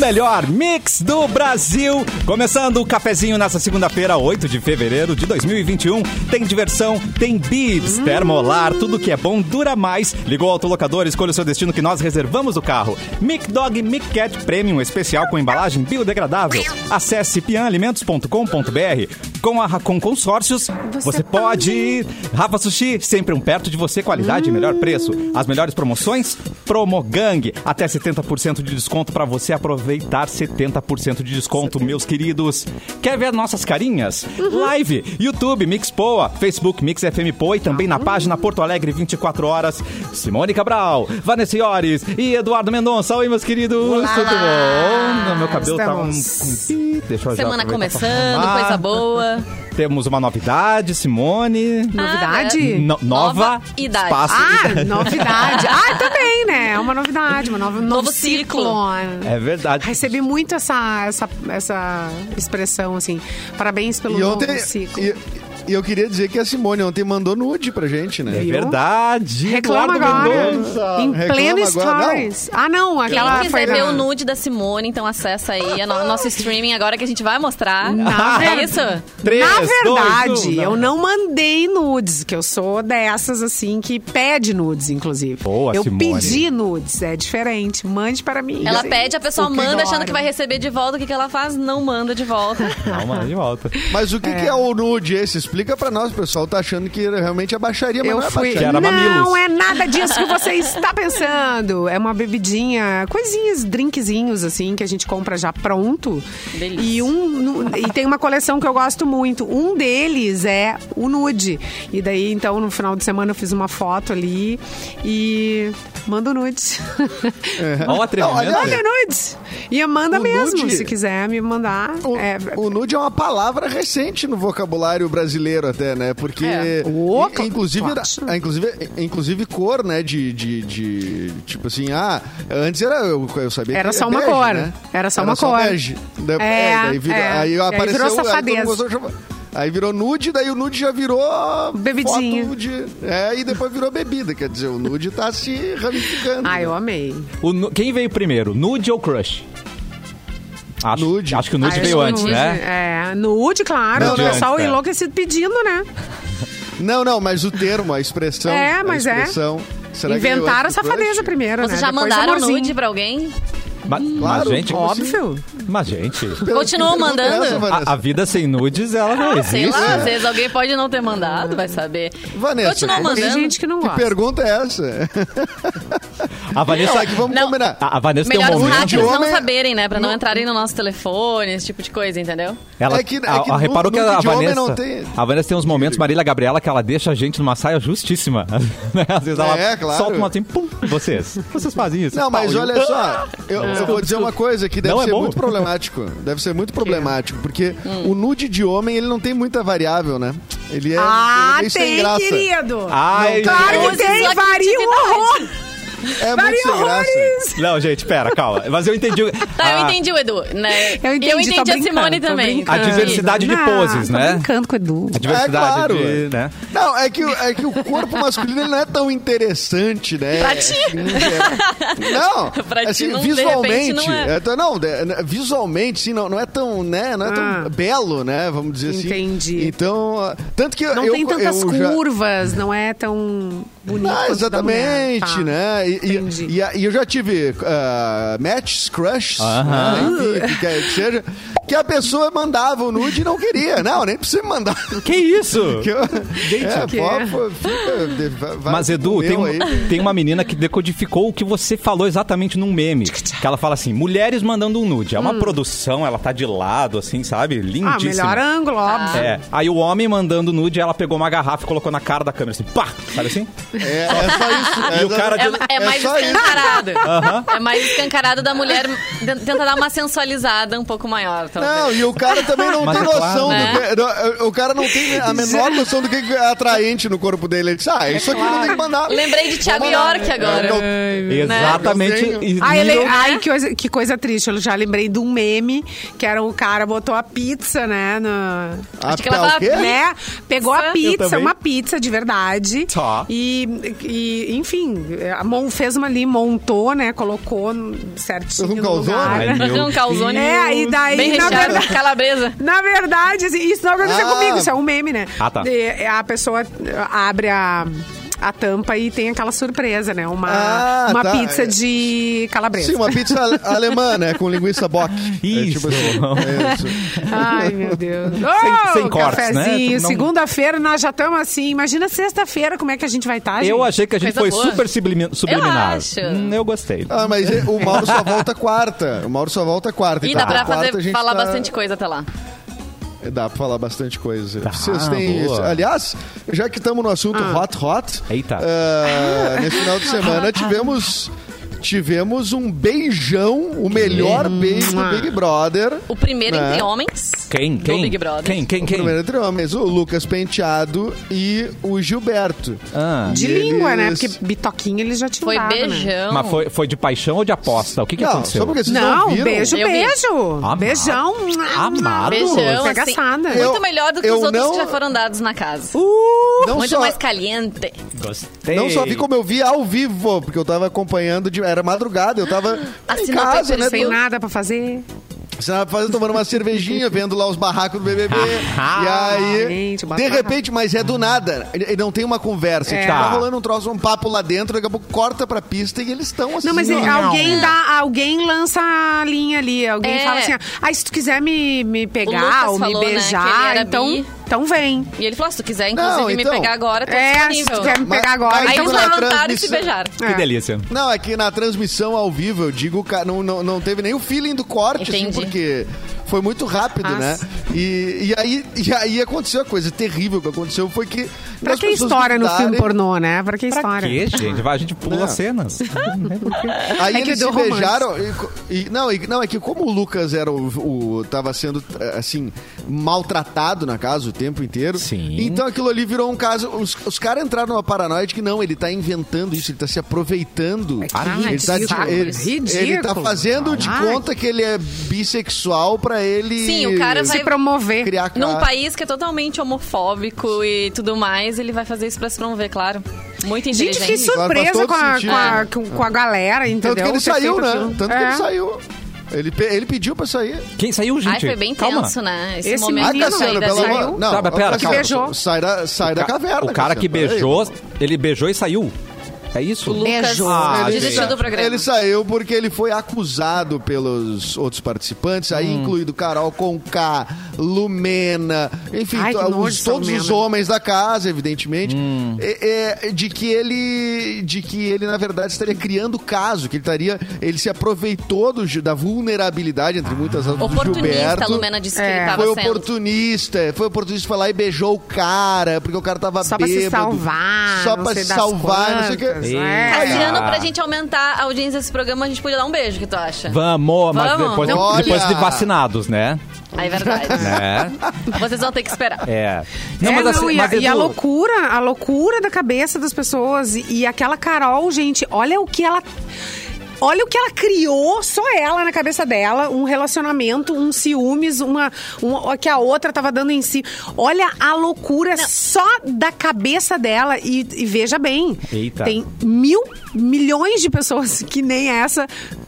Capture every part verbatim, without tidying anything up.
melhor mix do Brasil. Começando o cafezinho nessa segunda-feira, oito de fevereiro de dois mil e vinte e um. Tem diversão, tem bibs, hum. termolar, tudo que é bom dura mais. Ligou ao autolocador, escolha o seu destino que nós reservamos o carro. Mic Dog Mic Cat Premium especial com embalagem biodegradável. Acesse pian alimentos ponto com ponto b r. Com a Racon Consórcios, você, você pode... Rafa Sushi, sempre um perto de você, qualidade e hum. melhor preço. As melhores promoções, Promogang. Até setenta por cento de desconto para você aproveitar. setenta por cento de desconto, setenta meus queridos. Quer ver nossas carinhas? Uhum. Live, YouTube, Mix Poa, Facebook, Mix F M Poa e também na página Porto Alegre vinte e quatro horas. Simone Cabral, Vanessa Iores e Eduardo Mendonça. Oi, meus queridos. Olá. Tudo bom? Meu cabelo Estamos. tá um... Deixa eu Semana começando, coisa boa. Temos uma novidade, Simone. Novidade? Ah, no, nova, nova idade. Espaço. Ah, novidade. Ah, também, né? É uma novidade, uma nova, um novo, novo ciclo. ciclo. É verdade. Recebi muito essa, essa, essa expressão, assim. Parabéns pelo e novo ontem, ciclo. E, e eu queria dizer que a Simone ontem mandou nude pra gente, né? É verdade. Reclama Eduardo agora. Mendonça. Em Reclama pleno agora. stories. Não. Ah, não. Aquela Quem quiser foi ver na... o nude da Simone, então acessa aí o no, nosso streaming agora que a gente vai mostrar. Na é ver... isso? Três, na verdade, dois, um, não. eu não mandei nudes, que eu sou dessas, assim, que pede nudes, inclusive. Boa, eu Simone. pedi nudes, é diferente. Mande para mim. Ela assim, pede, a pessoa manda adoro. achando que vai receber de volta. O que, que ela faz? Não manda de volta. Não, manda de volta. Mas o que é, que é o nude esse? Explica pra nós, o pessoal tá achando que realmente é baixaria, mas eu não é fui... baixaria. Era não mamilos. é nada disso que você está pensando. É uma bebidinha, coisinhas, drinkzinhos, assim, que a gente compra já pronto. Delícia. E, um, e tem uma coleção que eu gosto muito. Um deles é o nude. E daí, então, no final de semana eu fiz uma foto ali e mando nude. É. Olha o atrevimento. Não, Manda nude. E manda O mesmo, nude- se quiser me mandar. O, é... o nude é uma palavra recente no vocabulário brasileiro até, né? Porque, É. O- i- inclusive, claro. era- inclusive, inclusive cor, né? De, de, de- tipo assim, ah, antes era, eu, eu sabia Era que só uma bege, cor. né? Era só uma cor. Bege. Da- É, daí virou, é. Aí E aí apareceu... virou aí todo mundo safadeza. começou a chamar- Aí virou nude, daí o nude já virou Bebidinha. foto de... É, e depois virou bebida, quer dizer, o nude tá se ramificando. Ah, eu amei. O nu- Quem veio primeiro, nude ou crush? Acho, Nude. acho que o nude Ah, eu veio sou antes, nude. né? É, nude, claro. Não, o não, pessoal antes, é. enlouquecido pedindo, né? Não, não, mas o termo, a expressão... É, mas a é. expressão, será que veio Inventaram a antes do safadeza crush? primeiro, Vocês né? já Depois mandaram amorzinho. nude pra alguém? Mas, mas, Claro, gente, como Óbvio. mas, gente, Pelo- Continuam que pergunta é mandando? essa, Vanessa? a, a vida sem nudes, ela não existe. Sei lá, às vezes alguém pode não ter mandado, vai saber. Vanessa, Continua como- mandando. Tem gente que não Que gosta. pergunta é essa? A Vanessa, Não, é que vamos Não. combinar. a, a Vanessa tem um Melhor os momento... hackers não homem- saberem, né? Pra não Não. entrarem no nosso telefone, esse tipo de coisa, entendeu? Ela, É que- é a- que a- nu- reparou que nude a de homem Vanessa, não tem- a Vanessa tem uns momentos, Marília Gabriela, que ela deixa a gente numa saia justíssima. Né? Às vezes ela É, claro. solta uma assim, pum, vocês. Vocês fazem isso. Não, mas Pau, olha só, eu, eu vou dizer desculpa. uma coisa que deve Não é ser bom. muito problemático. Deve ser muito problemático, porque o nude de homem, ele não tem muita variável, né? Ele é, Ah, ele é meio sem tem, graça. querido. Ai, Claro que Uses tem, a varia um horror. É muito Varia sem graça. horrores. Não, gente, pera, calma. Mas eu entendi. Tá, eu a- entendi o Edu, né? Eu entendi, e eu tô entendi a brincando, Simone tô também. brincando. A diversidade de Não, poses, tô né? brincando com o Edu. A diversidade É, claro. de, né? Não, é que, o- é que o corpo masculino ele não é tão interessante, né? Pra ti. É, não, Pra ti, assim, não, de visualmente. repente, não é. é tão- não, de- visualmente, sim, não, não é tão, né? Não é tão Ah. belo, né? Vamos dizer assim. Entendi. Então, ah, tanto que Não eu, tem tantas eu já- curvas, não é tão bonito Ah, quanto da mulher. exatamente, Tá. né? E, e, Entendi. e, a- e eu já tive uh, matches, crushes, Aham. né? Enfim, que, quer que seja, que a pessoa mandava o nude e não queria. Não, nem precisa me mandar. Que isso? Que eu- Gente, é, que pô, é? pô, fica, de- vai- vai Mas, pro Edu, meu tem, um- aí. tem uma menina que decodificou o que você falou exatamente num meme. Que ela fala assim, mulheres mandando um nude. É uma produção, ela tá de lado, assim, sabe? Ah, Lindíssima. melhor ângulo, óbvio. É. Aí o homem mandando nude, ela pegou uma garrafa e colocou na cara da câmera, assim, pá! Sabe assim? É, é só isso. E o cara É, diz- é mais só isso. escancarado. É mais escancarado da mulher. Tenta dar uma sensualizada um pouco maior, talvez. Não, e o cara também não Mas tem é noção claro, do que... O cara não tem a menor noção do que é atraente no corpo dele. Ele diz, ah, isso aqui não tem que mandar. Lembrei de Thiago Vamos lá. York agora. É, Exatamente. Eu E Ai, ele- nível- ai, que, coisa, que coisa triste. Eu já lembrei de um meme que era o cara botou a pizza, né? Na, Ah, Acho que ela tá, tava- o quê? né? Pegou a Eu pizza, também. uma pizza de verdade. Tá. E, e, enfim, a mon- fez uma ali, montou, né? Colocou certinho Fez um no calzone? lugar. Ai, meu Fazer um calzone É, e daí, bem na recheado, verdade- calabresa. Na verdade, assim, isso não aconteceu Ah. comigo, isso é um meme, né? Ah, tá. E a pessoa abre a, a tampa e tem aquela surpresa, né? Uma, Ah, uma tá. pizza de calabresa. Sim, uma pizza ale- alemã, né? Com linguiça bock. Isso. É, tipo assim, é isso. Ai, meu Deus. Ô, sem cortes, né? cafezinho. Não- Segunda-feira nós já estamos assim. Imagina sexta-feira como é que a gente vai estar, gente. Eu achei que a gente Coisa foi boa. super sublimi- subliminar. acho. Hum, eu gostei. Ah, mas é- o Mauro só volta quarta. O Mauro só volta quarta. E então, dá pra quarta fazer, a gente falar tá- bastante coisa até lá. Dá pra falar bastante coisa. Tá, Vocês têm... boa. Aliás, já que estamos no assunto hot, hot... Eita. ah, nesse final de semana tivemos... Tivemos um beijão, o melhor beijo do Big Brother. O primeiro Né? entre homens. Quem? do Quem? Big Brother. Quem? Quem? O Quem? primeiro entre homens, o Lucas Penteado e o Gilberto. Ah. De E língua, né? eles- Porque bitoquinha eles já tinham Foi dado, né? beijão. Mas foi, foi de paixão ou de aposta? O que, que Não, aconteceu? só porque vocês não, Não, viram. beijo, Eu vi. beijo. Amado. Beijão. Amado. Beijão, Pegaçada. assim, Eu- muito melhor do que eu os outros não- que já foram dados na casa. Uh, Não muito só, mais caliente. Gostei. não só vi como eu vi ao vivo, porque eu tava acompanhando, de, era madrugada, eu tava em Assinou casa, o né? sem tô- nada pra fazer. Você tava fazendo, tomando uma cervejinha, vendo lá os barracos do B B B. Ah, e aí, gente, de barraco. repente, mas é do nada. E não tem uma conversa. É. Tipo, tá Tá. rolando um troço, um papo lá dentro, daqui a pouco corta pra pista e eles estão assim. Não, mas é, ó. alguém dá, alguém lança a linha ali. Alguém É. fala assim: ah, se tu quiser me, me O pegar Lucas ou me falou, né, que beijar, ele era então, bi. então vem. E ele falou, se tu quiser, inclusive, Não, então. me pegar agora, tô É, se disponível. tu quer me Mas- pegar agora, mas Aí então eles na vem. levantaram e se transmissão- beijaram. Que É. delícia. Não, é que na transmissão ao vivo, eu digo, ca- não, não, não teve nem o feeling do corte, assim, Entendi. porque foi muito rápido, Ah, né? E, e, aí, e aí aconteceu a coisa terrível que aconteceu, foi que... Pra as que pessoas história no duvidarem- filme pornô, né? Pra que Pra história? quê, gente? Vai, a gente pula Não. cenas. Aí É que eles deu se romance. beijaram. E, e- não, e- não, é que como o Lucas era o, o- tava sendo, assim, maltratado na casa o tempo inteiro. Sim. Então aquilo ali virou um caso. Os, os caras entraram numa paranoia de que não, ele tá inventando isso, ele tá se aproveitando. Ah, ele, tá, de- ridículo, ele, ridículo. ele tá fazendo de Ai. conta que ele é bissexual pra ele. Sim, o cara vai- Se promover. criar cara. Num país que é totalmente homofóbico e tudo mais, ele vai fazer isso pra se promover, claro. Muito Gente, inteligente. fiquei surpresa todo com a, sentido. com, a, com- com a galera, entendeu? Tanto que ele Ter saiu, feito né? aquilo. Tanto que É. ele saiu. Ele, pe- ele pediu pra sair. Quem saiu, gente? Ai, foi bem Calma. tenso, né? Esse, Esse momento Ah, menino de sair Cassiano, da pelo saiu. amor... Não, Tá, mas pera, Cassiano, beijou. Sai da, sai da caverna. O cara que Cassiano, peraí. beijou, ele beijou e saiu. É isso? O Lucas Beijou. Ah, desistiu gente. do programa. Ele saiu porque ele foi acusado pelos outros participantes, aí Hum. incluído Carol Conká, Lumena, enfim, Ai, que to- nojo os- essa todos os Lumena. homens da casa, evidentemente, Hum. é- é, de que ele, de que ele na verdade estaria criando caso, que ele estaria, ele se aproveitou do, da vulnerabilidade entre muitas aspas, do Oportunista, a Gilberto. Lumena disse que É. ele tava Foi sendo. oportunista, foi oportunista, foi lá e beijou o cara, porque o cara tava Só pra bêbado. se salvar. Só não pra sei se das salvar, não sei o quê. quantas, Eita. é. Cassiano, Ah. pra gente aumentar a audiência desse programa, a gente podia dar um beijo, o que tu acha? Vamos, mas Vamos? depois, Não. depois de Olha. vacinados, né? Ah, é verdade. né? Vocês vão ter que esperar. É. É, mas assim, não, e, mas, a, e a Edu, loucura, a loucura da cabeça das pessoas. E, e aquela Carol, gente, olha o que ela. Olha o que ela criou, só ela na cabeça dela, um relacionamento, um ciúmes, uma, um, que a outra tava dando em si. Olha a loucura só da cabeça dela e, e veja bem, Eita. tem mil, milhões de pessoas que nem essa,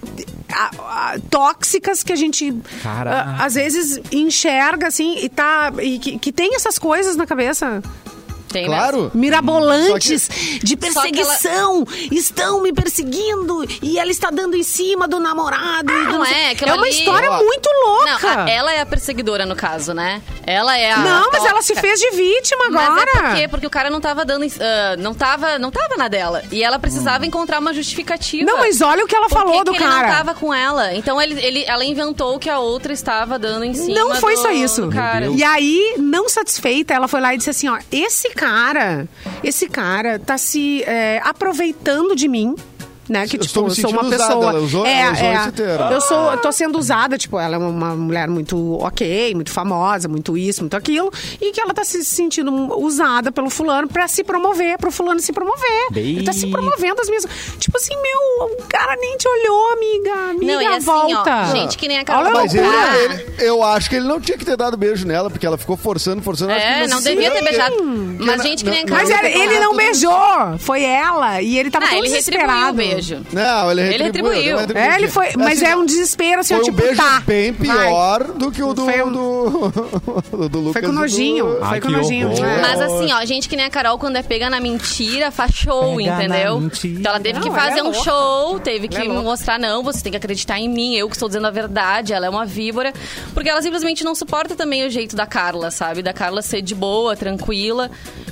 a- a- tóxicas que a gente Caraca. a- às vezes enxerga assim e tá e que, que tem essas coisas na cabeça. Tem Claro. Mirabolantes de Só que perseguição, estão me perseguindo e ela está dando em cima do namorado. e do não sei- é, aquilo é uma ali- história Ó, muito Não, louca. a- ela é a perseguidora no caso, né? Ela é a. Não, mas ela se tóxica. fez de vítima Mas agora. é por quê? Porque o cara não tava dando. ah, não, tava, não tava na dela. E ela precisava encontrar uma justificativa. Não, mas olha o que ela Por que falou que do ele cara. não tava com ela. Então ele, ele, ela inventou que a outra estava dando em cima. Não foi do- só isso. do cara. E aí, não satisfeita, ela foi lá e disse assim, ó, esse cara, esse cara tá se é, aproveitando de mim, né? Que, Eu estou tipo, me eu sou uma sentindo usada, pessoa... ela usou- é, ela usou é, esse termo. Eu sou, eu tô sendo usada, tipo, ela é uma mulher muito ok, muito famosa, muito isso, muito aquilo, e que ela tá se sentindo usada pelo fulano pra se promover, pro fulano se promover. Bem... Ele tá se promovendo as minhas... Tipo assim, meu, o cara nem te olhou, amiga. Amiga, Não, e assim, volta. ó, gente que nem a Carol Olha a Mas ele, loucura. ele- eu acho que ele não tinha que ter dado beijo nela, porque ela ficou forçando, forçando. acho que É, ele não se- devia ter beijado. Mas não- gente que nem a não- Carol... Mas ele, ele não beijou, foi ela. E ele tava Ah, tão ele retribuiu desesperado. o beijo. Não, ele Ele retribuiu. retribuiu. deu uma É, ele foi, mas Assim, é um desespero, assim, Foi ó, um tipo, beijo tá. bem vai. pior do que o do, Foi um- do, do Lucas. Foi com e do- nojinho, Ai, foi com que nojinho. horror. É. Mas assim, ó, gente que nem a Carol, quando é pega na mentira, faz show, Pega na entendeu? mentira. Então ela teve que Não, fazer ela é um louca. show, teve que Ela é louca. mostrar, não, você tem que acreditar em mim, eu que estou dizendo a verdade, ela é uma víbora. Porque ela simplesmente não suporta também o jeito da Carla, sabe? Da Carla ser de boa, tranquila.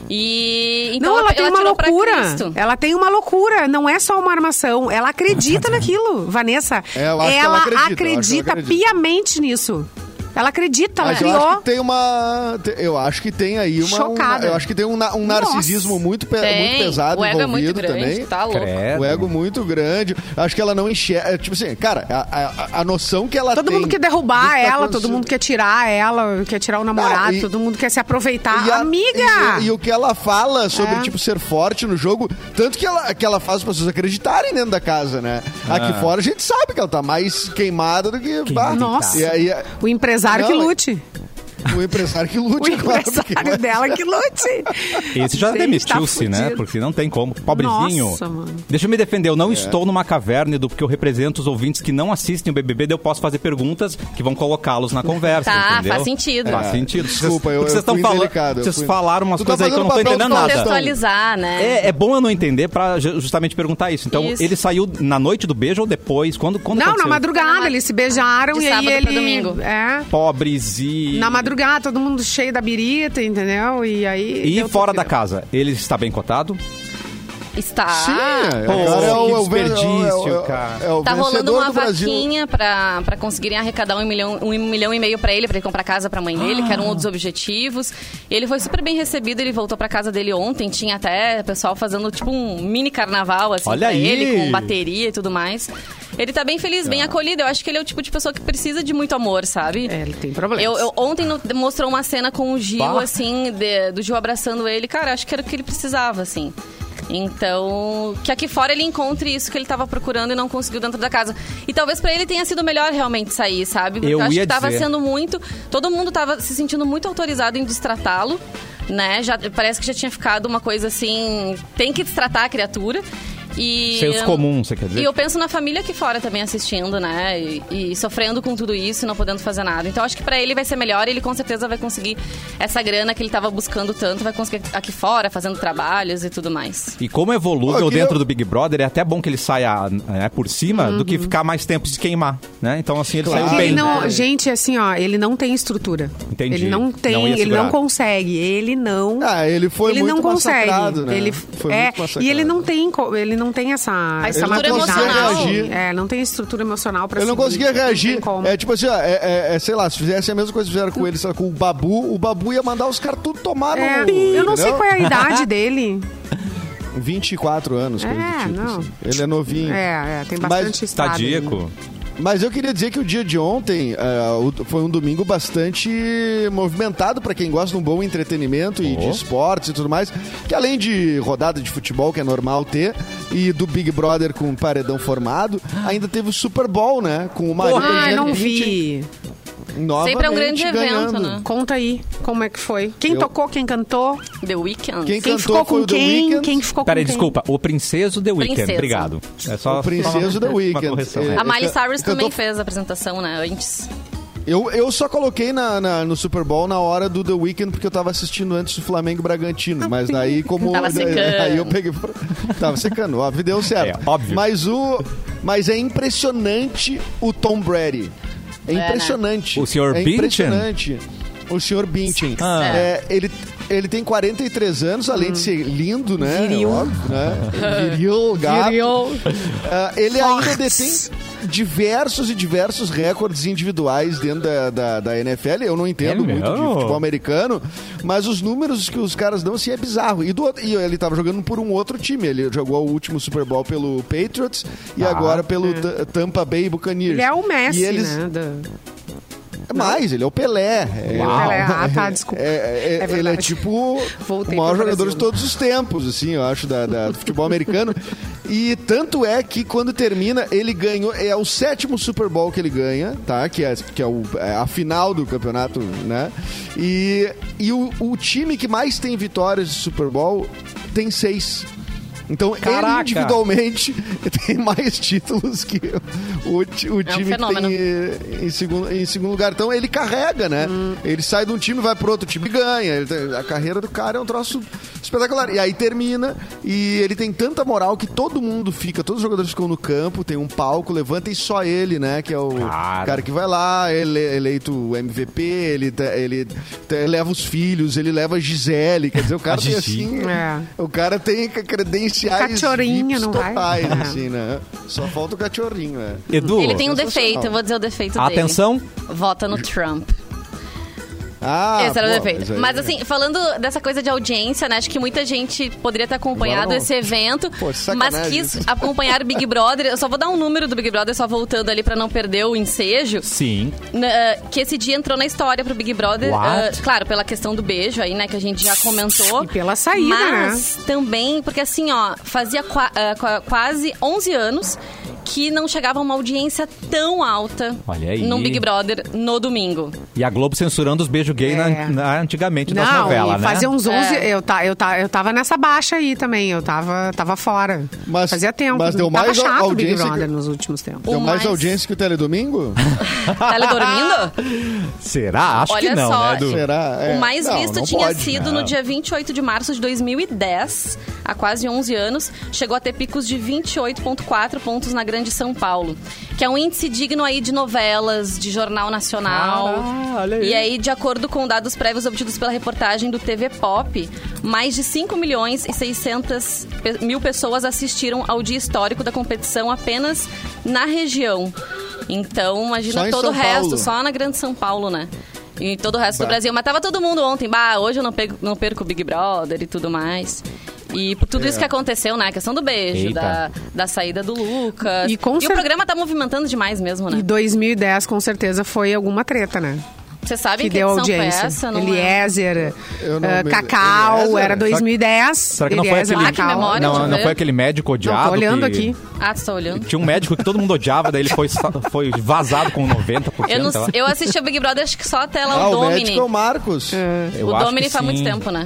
E então Não, ela, tem uma tirou pra loucura. Cristo. Ela tem uma loucura. Não é só uma armação. Ela acredita naquilo, Vanessa. É, eu acho que ela acredita, eu acho que ela acredita acredita. piamente nisso. Ela acredita, ela Mas eu criou. acho que tem uma. te- Eu acho que tem aí uma. Chocada. uma- eu acho que tem um, na- um narcisismo muito, pe- Tem. muito pesado O ego é muito envolvido grande, também. tá louco. Credo. O ego muito grande. Acho que ela não enxerga. Tipo assim, cara, a, a, a noção que ela Todo tem. mundo quer do derrubar que tá ela, todo acontecendo- mundo quer tirar ela, quer tirar o namorado, Não, e- todo mundo quer se aproveitar. E a- Amiga! E, e o que ela fala sobre, É. tipo, ser forte no jogo, tanto que ela, que ela faz as pessoas acreditarem dentro da casa, né? Aqui fora a gente sabe que ela tá mais queimada do que. bah. Nossa. E aí, O empresário Não, que lute. o empresário que lute O agora, porque empresário dela que lute. Esse já Gente, demitiu-se, tá né? fudido. Porque não tem como. Pobrezinho. Nossa, mano. Deixa eu me defender. Eu não É. estou numa caverna do porque eu represento os ouvintes que não assistem o B B B. Daí eu posso fazer perguntas que vão colocá-los na conversa, Tá, entendeu? faz sentido. Faz É, sentido. desculpa, Vocês- eu- porque eu vocês estão fui falando, indelicado, eu vocês fui- falaram umas Tu tá coisas aí que eu não fazendo tô papel entendendo do nada. Faustão. Contextualizar, né? É, é bom eu não entender pra ju- justamente perguntar isso. Então, Isso. ele saiu na noite do beijo ou depois? Quando, quando Não, aconteceu? na madrugada, Na eles se beijaram de e aí sábado ele... pra domingo. É. Pobres e... Na madrugada, todo mundo cheio da birita, entendeu? E aí... E deu fora tudo da que casa, ele está bem cotado? Está. Sim, é, Pô, agora é o, que é o ven- desperdício, é o- é o- cara. é o Tá rolando vencedor uma do Brasil. vaquinha pra, pra conseguirem arrecadar um milhão, um milhão e meio pra ele, pra ele comprar casa pra mãe dele, que era um dos objetivos. Ele foi super bem recebido, ele voltou pra casa dele ontem, tinha até pessoal fazendo tipo um mini carnaval, assim, Olha pra aí. ele, com bateria e tudo mais. Ele tá bem feliz, bem acolhido. Eu acho que ele é o tipo de pessoa que precisa de muito amor, sabe? É, ele tem problemas. Eu, eu- ontem no- mostrou uma cena com o Gil, Bah. assim, de- do Gil abraçando ele. Cara, acho que era o que ele precisava, assim. Então, que aqui fora ele encontre isso que ele tava procurando e não conseguiu dentro da casa. E talvez pra ele tenha sido melhor realmente sair, sabe? Porque Eu eu acho ia que tava dizer. sendo muito... Todo mundo tava se sentindo muito autorizado em destratá-lo, né? Já, parece que já tinha ficado uma coisa assim... Tem que destratar a criatura. E, Senso comum, você quer dizer? E eu penso na família aqui fora também assistindo, né? E, e sofrendo com tudo isso e não podendo fazer nada. Então acho que pra ele vai ser melhor e ele com certeza vai conseguir essa grana que ele tava buscando tanto, vai conseguir aqui fora, fazendo trabalhos e tudo mais. E como é volúvel Pô, que dentro eu- do Big Brother, é até bom que ele saia né, por cima do que ficar mais tempo se queimar, né? Então, assim, ele Claro. saiu Ele bem. não, gente, assim, ó, ele não tem estrutura. Entendi. Ele não tem, Não ia ele segurar. não consegue, ele não. Ah, ele foi ele muito não consegue. massacrado, né? Ele Foi é, muito massacrado. e ele não tem, co- ele não tem essa, A essa estrutura maturidade. emocional. reagir. É, não tem estrutura emocional pra Eu não seguir. conseguia reagir. Não tem como. É tipo assim, ó, é, é- é, sei lá, se fizesse a mesma coisa que fizeram com ele, sei lá, com o Babu, o Babu ia mandar os caras tudo tomar no... É, eu não sei qual é a idade dele. vinte e quatro anos, coisa É, do tipo. não. assim. Ele é novinho. É, é, tem Mas- bastante estrada Tadico. ainda. Mas eu queria dizer que o dia de ontem é, o- foi um domingo bastante movimentado para quem gosta de um bom entretenimento e Oh. de esportes e tudo mais. Que além de rodada de futebol, que é normal ter, e do Big Brother com paredão formado, ainda teve o Super Bowl, né? Com o marido Ai, da não Gisele vi. Bündchen novamente Sempre é um grande evento, ganhando. né? Conta aí, como é que foi? Quem Eu- tocou, quem cantou? The Weeknd. Quem Quem cantou ficou foi com o The quem? Weeknd. Quem ficou Peraí, com quem? desculpa. O Princeso The Weeknd. Princesa. Obrigado. É só, O Princeso The uma Weeknd. correção, É. né? A Miley Ele can- Cyrus cantou- também fez a apresentação, né? Antes. Eu, eu só coloquei na, na- no Super Bowl na hora do The Weeknd porque eu tava assistindo antes do Flamengo e Bragantino. Mas daí, como. Tava secando. Aí eu peguei. Tava secando, óbvio, deu certo. É, óbvio. Mas o. Mas é impressionante o Tom Brady. É né? impressionante. O senhor É Bündchen? impressionante. O senhor Bündchen. Ah. É, ele, ele tem quarenta e três anos, além de ser lindo, né? Viril. Óbvio, né? Viril, gato. Viril. Ah, ele ainda Fortes. detém. diversos e diversos recordes individuais dentro da, da, da N F L. Eu não entendo É muito mesmo? de futebol americano, mas os números que os caras dão, assim, é bizarro. E, do, outro- e ele tava jogando por um outro time. Ele jogou o último Super Bowl pelo Patriots e Ah, agora pelo T- Tampa Bay Buccaneers. Ele é o Messi, E eles- né? da- É mais, ele é o Pelé. É, Uau. Pelé. Ah, tá, desculpa. É, é- É ele é verdade. tipo Voltei o maior pro jogador Brasil. de todos os tempos, assim, eu acho, da, da- do futebol americano. E tanto é que quando termina, ele ganhou, é o sétimo Super Bowl que ele ganha, tá? Que é, que é, o- é a final do campeonato, né? E, e o, o time que mais tem vitórias de Super Bowl tem seis. Então, Caraca. ele individualmente tem mais títulos que o, ti- o time que fenômeno. tem eh, em segundo, em segundo lugar. Então, ele carrega, né? Ele sai de um time, vai pro outro time e ganha. Ele tem- a carreira do cara é um troço espetacular. E aí termina, e ele tem tanta moral que todo mundo fica, todos os jogadores ficam no campo, tem um palco, levanta e só ele, né? Que é o Cara. cara que vai lá, ele é eleito M V P, ele, te- ele te- leva os filhos, ele leva a Gisele. Quer dizer, o cara A tem Gigi. assim... É. O cara tem credenciais Cachorrinho, V I Ps não vai? totais, É. assim, né? Só falta o cachorrinho, né? Edu, Ele tem um sensacional. defeito, eu vou dizer o defeito dele. atenção. Vota no Trump. Ah, Esse era o pô, defeito. aí- Mas assim, falando dessa coisa de audiência, né? Acho que muita gente poderia ter acompanhado Agora não. esse evento, Pô, sacanagem mas quis isso. acompanhar o Big Brother. Eu só vou dar um número do Big Brother, só voltando ali pra não perder o ensejo. Sim. Na- que esse dia entrou na história pro Big Brother. What? ah, claro, pela questão do beijo aí, né? Que a gente já comentou. E pela saída, Mas também, porque assim, ó, fazia qua- ah, qua- quase onze anos que não chegava uma audiência tão alta Olha aí. num Big Brother no domingo. E a Globo censurando os beijos gay na- É. na- antigamente das Não, novelas, e né? fazia uns onze... É. Eu, tá, eu, tá, eu tava nessa baixa aí também. Eu tava, tava fora. Mas- fazia tempo. mas deu tava mais a- chato o Big audiência Brother que- nos últimos tempos. Deu O mais mais- audiência que o Teledomingo? Tá ela dormindo? Será? Acho Olha que não, só, né, Edu? Será? É. O mais Não, visto não tinha pode. sido Não. no dia vinte e oito de março de dois mil e dez, há quase onze anos. Chegou a ter picos de vinte e oito vírgula quatro pontos na Grande São Paulo, que é um índice digno aí de novelas, de jornal nacional. Ah, olha aí. E aí, de acordo com dados prévios obtidos pela reportagem do T V Pop, mais de cinco milhões e seiscentas pe- mil pessoas assistiram ao dia histórico da competição apenas na região. Então, Só imagina em todo o São resto, Paulo. só na Grande São Paulo, né? E todo o resto Bah. do Brasil. Mas tava todo mundo ontem, bah, hoje eu não perco, não perco o Big Brother e tudo mais. E por tudo É. isso que aconteceu, né? A questão do beijo, Eita. da, da saída do Lucas. E com o cer- programa tá movimentando demais mesmo, né? E dois mil e dez, com certeza, foi alguma treta, né? Você sabe Que que deu edição audiência. foi essa? Não é? Eliezer, Eu não ah, me- Cacau, Eliezer? era dois mil e dez. Será que não foi Eliezer, aquele... Ah, que Cacau. memória. não, deixa eu não ver. foi aquele médico odiado Não, tô olhando que... aqui. Ah, tu tá olhando? Tinha um médico que todo mundo odiava, daí ele foi, foi vazado com noventa por cento. Eu, não, sei lá. eu assisti o Big Brother, acho que só até lá Ah, o o Domini. médico é o Marcos. Eu O acho Domini que faz muito sim. tempo, né?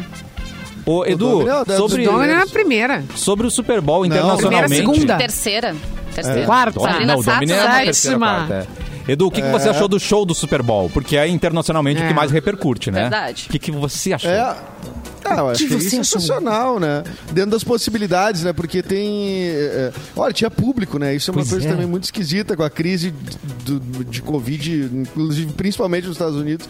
Ô, Edu, Domini é o da- sobre, do Então era a primeira. sobre o Super Bowl Não, internacionalmente... primeira, segunda. Terceira. Terceira. Quarta. Sabrina Não, o Domini é Sato, a né? terceira, Sétima. quarta, é. Edu, o que, que você achou do show do Super Bowl? Porque é internacionalmente o que É. mais repercute, né? Verdade. O que, que você achou? É. Ah, eu acho Que que, você é achou? sensacional, né? Dentro das possibilidades, né? Porque tem... é, olha, tinha público, né? Isso é uma Pois coisa é. também muito esquisita com a crise do- de Covid, inclusive principalmente nos Estados Unidos.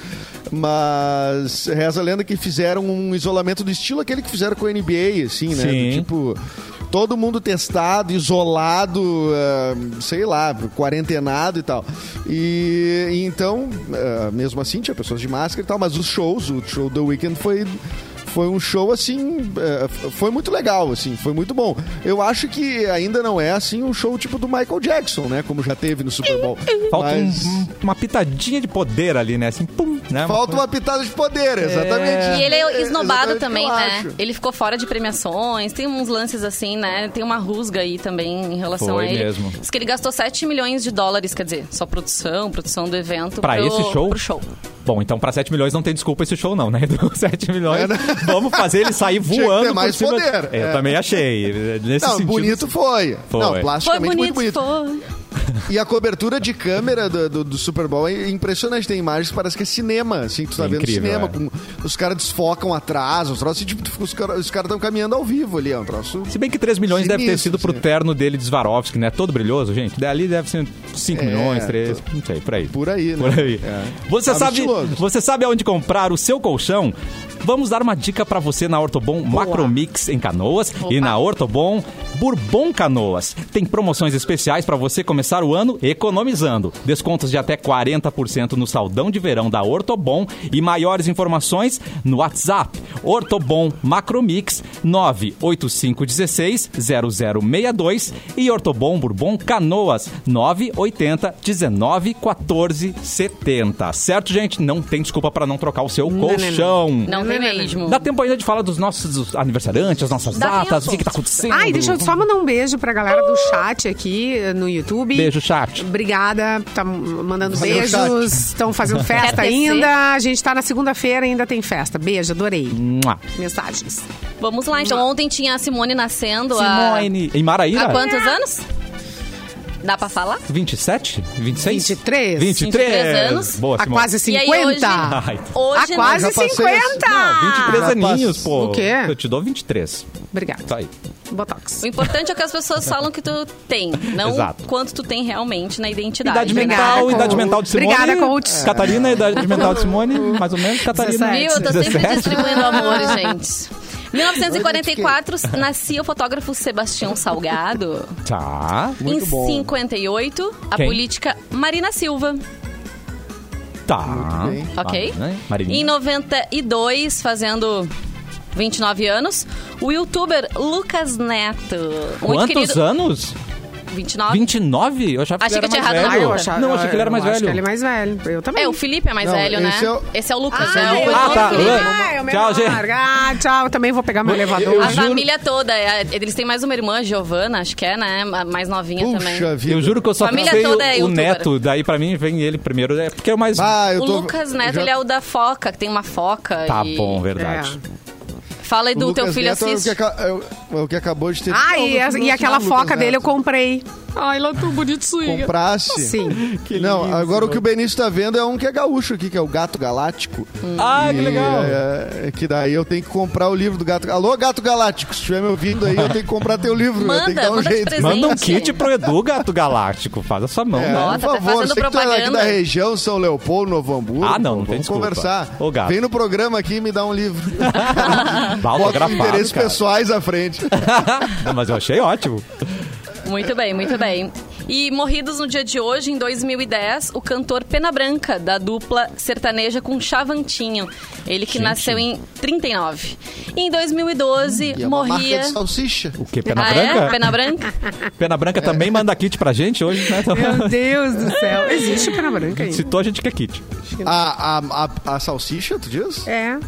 Mas reza a lenda que fizeram um isolamento do estilo aquele que fizeram com a N B A, assim, né? Do Sim. tipo... Todo mundo testado, isolado, ah, sei lá, quarentenado e tal. E, e então, ah, mesmo assim, tinha pessoas de máscara e tal, mas os shows, o show The Weeknd foi... Foi um show, assim, eh, foi muito legal, assim, foi muito bom. Eu acho que ainda não é, assim, um show tipo do Michael Jackson, né? Como já teve no Super Bowl. Falta um- Mas um- uma pitadinha de poder ali, né? Assim, pum, né? falta uma pitada de poder, exatamente. E ele é esnobado exatamente o também, que eu né? acho. Ele ficou fora de premiações, tem uns lances assim, né? Tem uma rusga aí também em relação Foi a ele. mesmo. Diz que ele gastou sete milhões de dólares, quer dizer, só produção, produção do evento. Pra pro, esse show? Pro show. Bom, então pra sete milhões não tem desculpa esse show não, né? Edu? sete milhões, É, né? vamos fazer ele sair Tinha que voando ter mais por cima... poder. Eu É. também achei. Nesse Não, sentido, bonito foi. Foi. Não, Foi plasticamente bonito, muito bonito. foi. E a cobertura de câmera do, do, do Super Bowl é impressionante. Tem imagens que parece que é cinema, assim, tu tá É vendo incrível, cinema. é. Com, os caras desfocam atrás, os troços, e, tipo, tu fica- os caras os caras estão caminhando ao vivo ali, é um troço... Se bem que três milhões deve ter Sinistro, sido pro sim. terno dele de Swarovski, né? Todo brilhoso, gente. Dali deve ser cinco É, milhões, três, tô- não sei, por aí. Por aí, né? Por aí. É. Você, Tava sabe, estiloso. você sabe aonde comprar o seu colchão? Vamos dar uma dica pra você na Ortobon Macromix em Canoas e na Ortobon Bourbon Canoas. Tem promoções especiais pra você começar começar o ano economizando. Descontos de até quarenta por cento no saldão de verão da Ortobon e maiores informações no WhatsApp. Ortobon Macromix nove oito cinco um seis zero zero seis dois e Ortobon Bourbon Canoas nove oito zero um nove um quatro sete zero. Certo, gente? Não tem desculpa para não trocar o seu Não, colchão. Não tem mesmo. Dá tempo ainda de falar dos nossos aniversariantes, as nossas Dá datas, tempo. o que, que tá acontecendo. Ai, deixa eu só mandar um beijo pra galera do chat aqui no YouTube. Beijo, chat. Obrigada, tá mandando Valeu, beijos, estão fazendo festa Quer tecer? ainda. A gente tá na segunda-feira, ainda tem festa. Beijo, adorei. Mua. Mensagens. Vamos lá, então. Ontem tinha a Simone nascendo. Simone. Em A... Maraíra? Há quantos anos? Dá pra falar? vinte e sete? vinte e seis? vinte e três. vinte e três. vinte e três anos. Boa, Há Simone. quase E aí, cinquenta. Ai. Hoje, Há quase já passei cinquenta. Não, vinte e três Já aninhos, passa- pô. O quê? Eu te dou vinte e três. Obrigada. Tá aí. Botox. O importante é que as pessoas falam que tu tem, não Exato. quanto tu tem realmente na identidade. Idade né? mental, Obrigada, idade coach. mental de Simone. Obrigada, coach. Catarina, idade mental de Simone, mais ou menos. Catarina. dezessete. Viu? Eu tô sempre dezessete. distribuindo amor, gente. mil novecentos e quarenta e quatro, nascia o fotógrafo Sebastião Salgado. Tá, Muito em bom. cinquenta e oito, a Quem? política Marina Silva. tá. bem. Ok? Ah, né? Marininha. Em noventa e dois, fazendo vinte e nove anos, o youtuber Lucas Neto. Muito Quantos querido. anos? vinte e nove? vinte e nove? Eu achava que Achei ele era que mais tinha errado velho. na conta. achava- Não, achei que ele era mais eu Acho velho. que ele é mais velho. Eu também. É, o Felipe é mais Não, velho, né? esse é o- Esse é o Lucas, Ah, é o eu- irmão Ah, tá. do Felipe. Ah, é o Tchau, menor. gente. Ah, tchau. Também vou pegar meu elevador. eu A juro- família toda. é, Eles têm mais uma irmã, Giovana, acho que é, né? Mais novinha também. Puxa vida. Eu juro que eu só Família pensei toda é o, o youtuber. Neto, daí pra mim vem ele primeiro, é porque é o mais... Ah, eu O tô... Lucas Neto, já- ele é o da foca, que tem uma foca. Tá e... bom, verdade. Fala aí o do teu Lucas filho Neto é o que assiste. aca- é o- é o que acabou de ter... Ah, Não, e, meu a- filho e não aquela assistiu o foca Lucas dele eu Neto. comprei. Ai, ela é tão bonitinha. Comprasse? Sim. Não, agora o que o Benício tá vendo é um que é gaúcho aqui, que é o Gato Galáctico. Ah, que E, legal. é, que daí eu tenho que comprar o livro do Gato... Alô, Gato Galáctico, se estiver me ouvindo aí, eu tenho que comprar teu livro. eu Manda, tenho que dar um manda de jeito. presente. Manda um Gente. kit pro Edu, Gato Galáctico. Faz a sua mão, É, né? Ó, por tá favor, fazendo sei que tu é aqui propaganda. da região, São Leopoldo, Novo Hamburgo. Ah, não, não pô, tem vamos desculpa. conversar. Ô, Gato. Vem no programa aqui e me dá um livro. Bah, Bota os autografado, interesses cara. pessoais à frente. Não, mas eu achei ótimo. Muito bem, muito bem. E morridos no dia de hoje, em dois mil e dez, o cantor Pena Branca, da dupla sertaneja com Chavantinho. Ele que Gente. nasceu em trinta e nove. E em dois mil e doze, E é uma marca morria... de salsicha. O quê? Pena ah, Branca? é? Pena Branca? Pena Branca também manda kit pra gente hoje, né? Meu Deus do céu. Existe pena branca ainda. Citou, a gente quer kit. A, a, a, a salsicha, tu diz? É.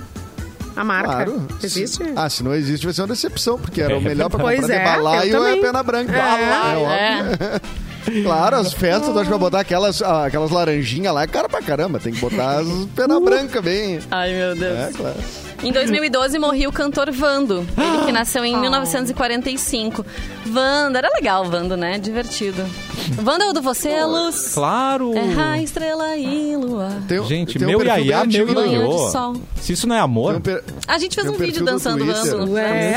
A marca. Claro. Existe? Ah, se não existe, vai ser uma decepção, porque era É o melhor pra Pois comprar de é, balaio eu é a também. pena branca. É. Balaio, É. Claro, as festas, tu acha que vai botar aquelas, ah, aquelas laranjinhas lá, é cara pra caramba, tem que botar as pena branca bem. Ai, meu Deus. É, claro. Em dois mil e doze morreu o cantor Vando, ele que nasceu em mil novecentos e quarenta e cinco. Vando, era legal o Vando, né? Divertido. Vando é o do Você é Luz. Claro. Terra, estrela e lua. Tem, Gente, tem um meu perfil iaiá, bem meu antigo do- Banho ioiô. de sol. Se isso não é amor... tem um per- A gente fez Tem um um vídeo perfil do dançando Twitter. Vando. É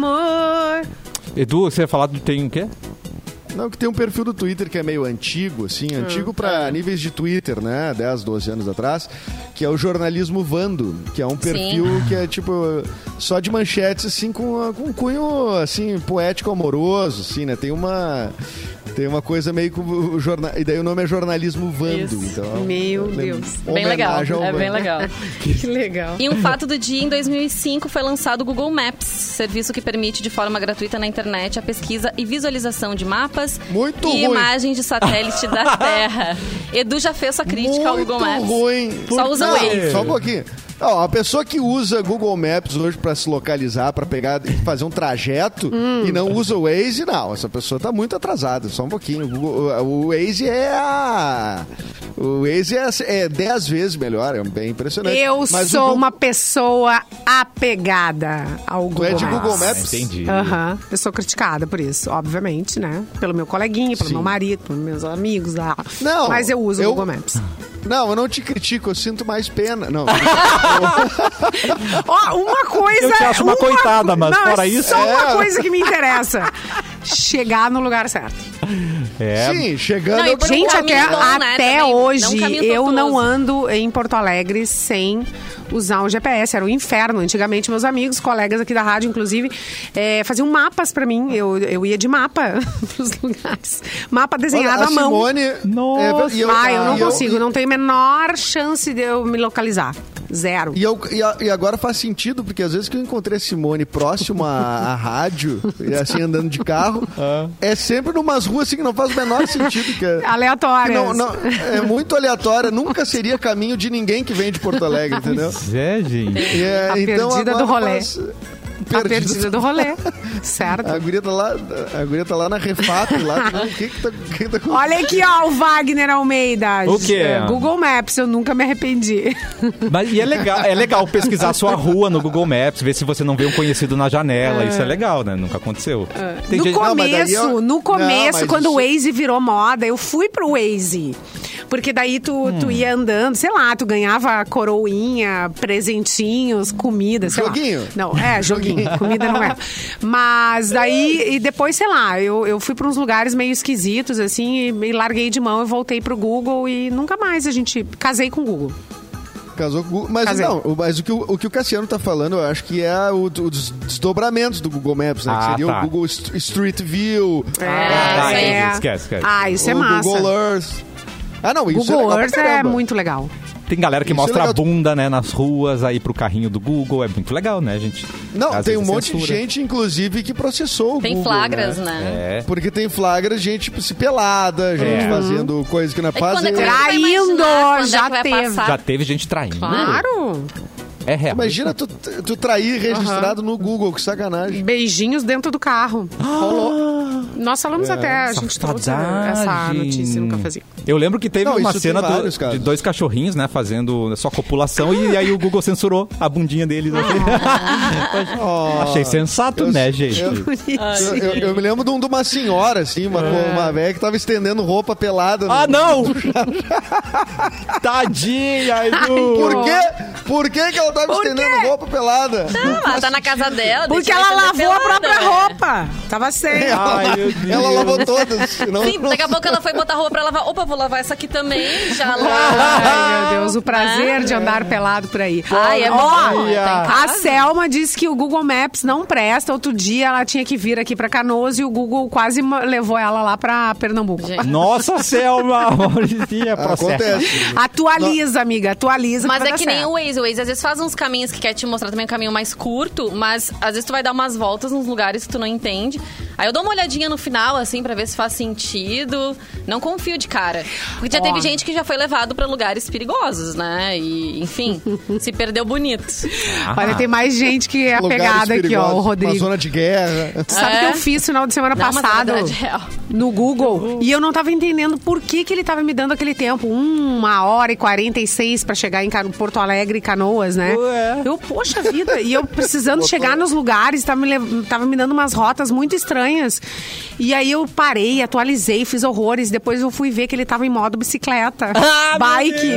amor. Edu, você ia falar do tem o quê? Não, que tem um perfil do Twitter que é meio antigo, assim, antigo pra níveis de Twitter, né? dez, doze anos atrás, que é o jornalismo Vando, que é um perfil que é tipo só de manchetes, assim, com, com um cunho assim, poético amoroso, assim, né? Tem uma. Tem uma coisa meio que o jornal. E daí o nome é jornalismo Vando. Isso. Então, Meu lembra- Deus. Bem legal, homenagem ao é bem Vando. legal. Que legal. E um fato do dia, em dois mil e cinco, foi lançado o Google Maps, serviço que permite de forma gratuita na internet a pesquisa e visualização de mapas Muito e ruim. imagens de satélite da Terra. Edu já fez sua crítica ao Muito Google Maps. ruim. Só usa o Não, Waze. Só um pouquinho. Não, a pessoa que usa Google Maps hoje pra se localizar, pra pegar e fazer um trajeto e não usa o Waze, não. Essa pessoa tá muito atrasada. Só um pouquinho. O, Google- o Waze é a... O Waze é, é dez vezes melhor. É bem impressionante. Eu Mas o sou Google- uma pessoa apegada ao Google Tu é de Maps. Google Maps? Entendi. Aham. Eu sou criticada por isso, obviamente, né? Pelo meu coleguinha, pelo Sim. meu marido, pelos meus amigos lá. Não, Mas eu uso eu- o Google Maps. Não, eu não te critico. Eu sinto mais pena. Não. Ó, uma coisa... Eu te acho uma coitada, mas não, fora é isso- só uma É. coisa que me interessa. chegar no lugar certo. É. Sim, chegando... Não, e por um Gente, caminho até, bom, né, até também. Não um hoje caminho eu tortuoso. não ando em Porto Alegre sem usar um G P S. Era um inferno. Antigamente, meus amigos, colegas aqui da rádio, inclusive, é, faziam mapas pra mim. Eu, eu ia de mapa pros lugares. Mapa desenhado Olha, à a mão. Simone... Nossa. É, e Ah, eu não e consigo. Não tenho a menor chance de eu me localizar. Zero. E, eu, e, a- e agora faz sentido, porque às vezes que eu encontrei a Simone próximo à, à rádio, e assim, andando de carro, é sempre numas ruas assim que não faz o menor sentido. Que é, que Aleatórias. não, não, é muito aleatória, nunca seria caminho de ninguém que vem de Porto Alegre, entendeu? É, gente. E é, A então perdida agora do rolê. faz- A perdida do rolê. Certo. A guria tá lá, a guria tá lá na Refap, lá. O que que tá, o que que tá acontecendo? Olha aqui, ó, o Wagner Almeida. O quê? É, Google Maps, eu nunca me arrependi. Mas, e é legal, é legal pesquisar a sua rua no Google Maps, ver se você não vê um conhecido na janela. Isso é legal, né? Nunca aconteceu. Tem No gente- Não, mas daí começo, eu- no Não, começo, mas quando o isso- Waze virou moda, eu fui pro Waze. Porque daí tu, Hum. tu ia andando, sei lá, tu ganhava coroinha, presentinhos, comida, sei Joguinho. lá. Não, é, joguinho. Comida não é. Mas daí, e depois, sei lá, eu, eu fui pra uns lugares meio esquisitos, assim, e, e larguei de mão e voltei pro Google e nunca mais a gente... Casei com o Google. Casou com o Google. Mas Casei. não, o- mas o que o, o que o Cassiano tá falando, eu acho que é o, o dos desdobramentos do Google Maps, né? Ah, que seria tá. o Google St- Street View, É, tá, isso é. esquece, esquece. Ah, isso é o massa. Google Earth. Ah, não, isso é Google legal pra Earth é caramba. muito legal. Tem galera que Isso é mostra a legal. bunda, né, nas ruas, aí pro carrinho do Google. É muito legal, né, gente? Não, Às tem um vezes monte de censura. gente, inclusive, que processou o Tem Google, flagras, né? né? É. Porque tem flagras, gente tipo, se pelada, gente É. fazendo coisa que não é É que quando é fácil. criança, vai Traindo, imaginar quando é já que vai teve. passar. Já teve gente traindo. Claro. É real. Imagina tu, tu trair registrado no Google, que sacanagem. Beijinhos dentro do carro. Rolou. Nós falamos É. até, a gente trouxe essa Saudade. notícia no cafezinho. Eu lembro que teve Não, uma isso cena tem do- vários casos. de dois cachorrinhos, né, fazendo só copulação e aí o Google censurou a bundinha deles. Ó, Achei sensato, eu- né, gente? eu- Eu, eu- eu me lembro de, um- de uma senhora, assim, uma, uma velha que tava estendendo roupa pelada. no- Ah, não! Tadinha, Edu! Por quê? Por que, que ela tava Por estendendo quê? roupa pelada? Não, ela tá na casa dela. Porque deixa ela estender lavou a pelada, própria né? roupa. Tava sem. Ela, Ai, meu Deus. ela lavou todas. Senão Sim, não- daqui a pouco ela foi botar roupa pra lavar. Opa, vou lavar essa aqui também. Já lava. Ai, meu Deus, o prazer de andar pelado por aí. Ai, é Ó, bom. Tem a casa. Selma disse que o Google Maps não presta. Outro dia ela tinha que vir aqui pra Canoas e o Google quase ma- levou ela lá pra Pernambuco. Gente. Nossa, Selma! Mauricinha, processo. Acontece. Atualiza, amiga, atualiza. Mas vai é dar que nem certo. o Waze. O Waze às vezes faz uns caminhos que quer te mostrar também um caminho mais curto, mas às vezes tu vai dar umas voltas nos lugares que tu não entende. Aí eu dou uma olhadinha no final, assim, pra ver se faz sentido. Não confio de cara. Porque já Ó. teve gente que já foi levado pra lugares perigosos, né? E, enfim, se perdeu bonito. Olha, tem mais gente que é Lugares apegada aqui, ó, perigosos, o Rodrigo. Uma zona de guerra. Tu sabe o É? que eu fiz final de semana Não, mas é passado verdade real. no Google e eu não tava entendendo por que, que ele tava me dando aquele tempo. Uma hora e quarenta e seis pra chegar em Cano- Porto Alegre e Canoas, né? Ué. Eu, poxa vida, e eu precisando chegar nos lugares, tava me, lev- tava me dando umas rotas muito estranhas. E aí eu parei, atualizei, fiz horrores. Depois eu fui ver que ele tava em modo bicicleta. Ah, Bike.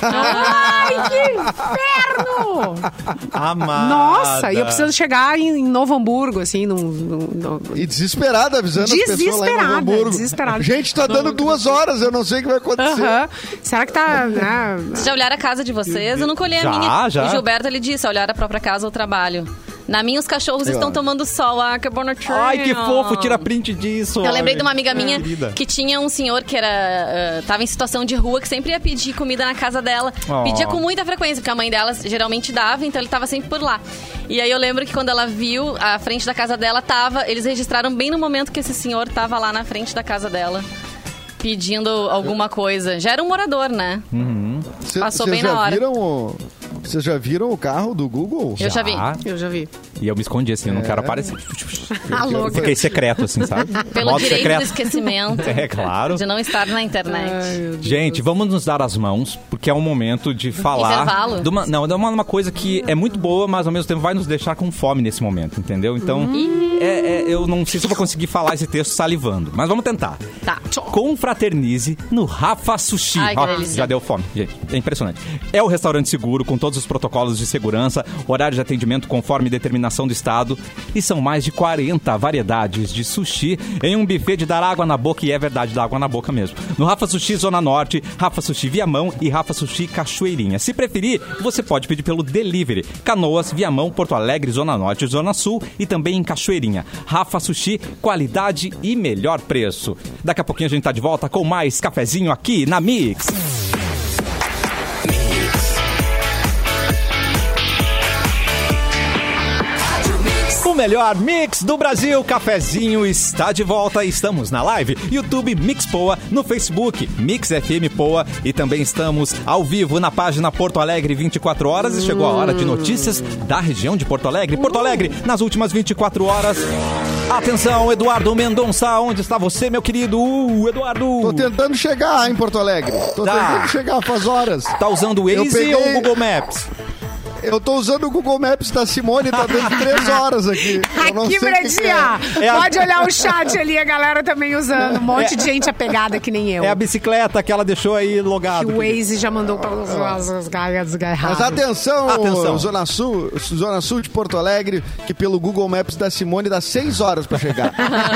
Ai, que inferno! Amada. Nossa, e eu precisando chegar em, em Novo Hamburgo, assim, num, num- num- E desesperada, avisando as pessoas lá em Desesperada, Novo Hamburgo. desesperada. Gente, tá dando duas horas, eu não sei o que vai acontecer. Aham. Será que tá, né? Vocês já olharam a casa de vocês? Eu nunca olhei Já, a minha. já. O Gilberto, ele disse, olhar a própria casa ou trabalho. Na minha, os cachorros Aí, estão ó. tomando sol. Ah, que bonitinho. Ai, que fofo, tira print disso. Eu lembrei Ai, de uma amiga minha querida. que tinha um senhor que era ah, tava em situação de rua, que sempre ia pedir comida na casa dela. Oh. Pedia com muita frequência, porque a mãe dela geralmente dava, então ele tava sempre por lá. E aí eu lembro que quando ela viu, a frente da casa dela tava... Eles registraram bem no momento que esse senhor tava lá na frente da casa dela, pedindo alguma coisa. Já era um morador, né? Cê- Passou cês bem na já hora. Viram o... Vocês já viram o carro do Google? Eu já vi. Eu já vi. E eu me escondi assim, eu não É. quero aparecer. Ah, Eu louca. fiquei secreto, assim, sabe? Pelo Modo direito secreto. do esquecimento. É, claro. De não estar na internet. Gente, vamos nos dar as mãos, porque é um momento de falar... Intervalo? de uma, não, de uma, uma coisa que é muito boa, mas ao mesmo tempo vai nos deixar com fome nesse momento, entendeu? Então, é- é- eu não sei se eu vou conseguir falar esse texto salivando, mas vamos tentar. Tá. Confraternize no Rafa Sushi. Ai, que Ó, delícia. já deu fome, gente. É impressionante. É o restaurante seguro, com todos os protocolos de segurança, horário de atendimento conforme determinado denominação do estado e são mais de quarenta variedades de sushi em um buffet de dar água na boca, e é verdade, dar água na boca mesmo. No Rafa Sushi Zona Norte, Rafa Sushi Viamão e Rafa Sushi Cachoeirinha. Se preferir, você pode pedir pelo delivery. Canoas, Viamão, Porto Alegre, Zona Norte e Zona Sul e também em Cachoeirinha. Rafa Sushi, qualidade e melhor preço. Daqui a pouquinho a gente tá de volta com mais cafezinho aqui na Mix. O melhor mix do Brasil, cafezinho está de volta. Estamos na live YouTube Mix Poa, no Facebook Mix F M Poa e também estamos ao vivo na página Porto Alegre vinte e quatro horas. E chegou a hora de notícias da região de Porto Alegre. Porto Alegre, nas últimas vinte e quatro horas. Atenção, Eduardo Mendonça, onde está você, meu querido uh, Eduardo? Tô tentando chegar em Porto Alegre. Tô tá. tentando chegar faz horas. Tá usando o Waze peguei... ou o Google Maps? Eu tô usando o Google Maps da Simone, tá dando três horas aqui. Eu não Aqui, sei o que que Bredinha, é. pode olhar o chat ali, a galera também usando. Um monte É. de gente apegada que nem eu. É a bicicleta que ela deixou aí logado. Que o Waze já mandou para os, os galhas desgarrados. Mas atenção, Atenção. Zona Sul, Zona Sul de Porto Alegre, que pelo Google Maps da Simone dá seis horas pra chegar.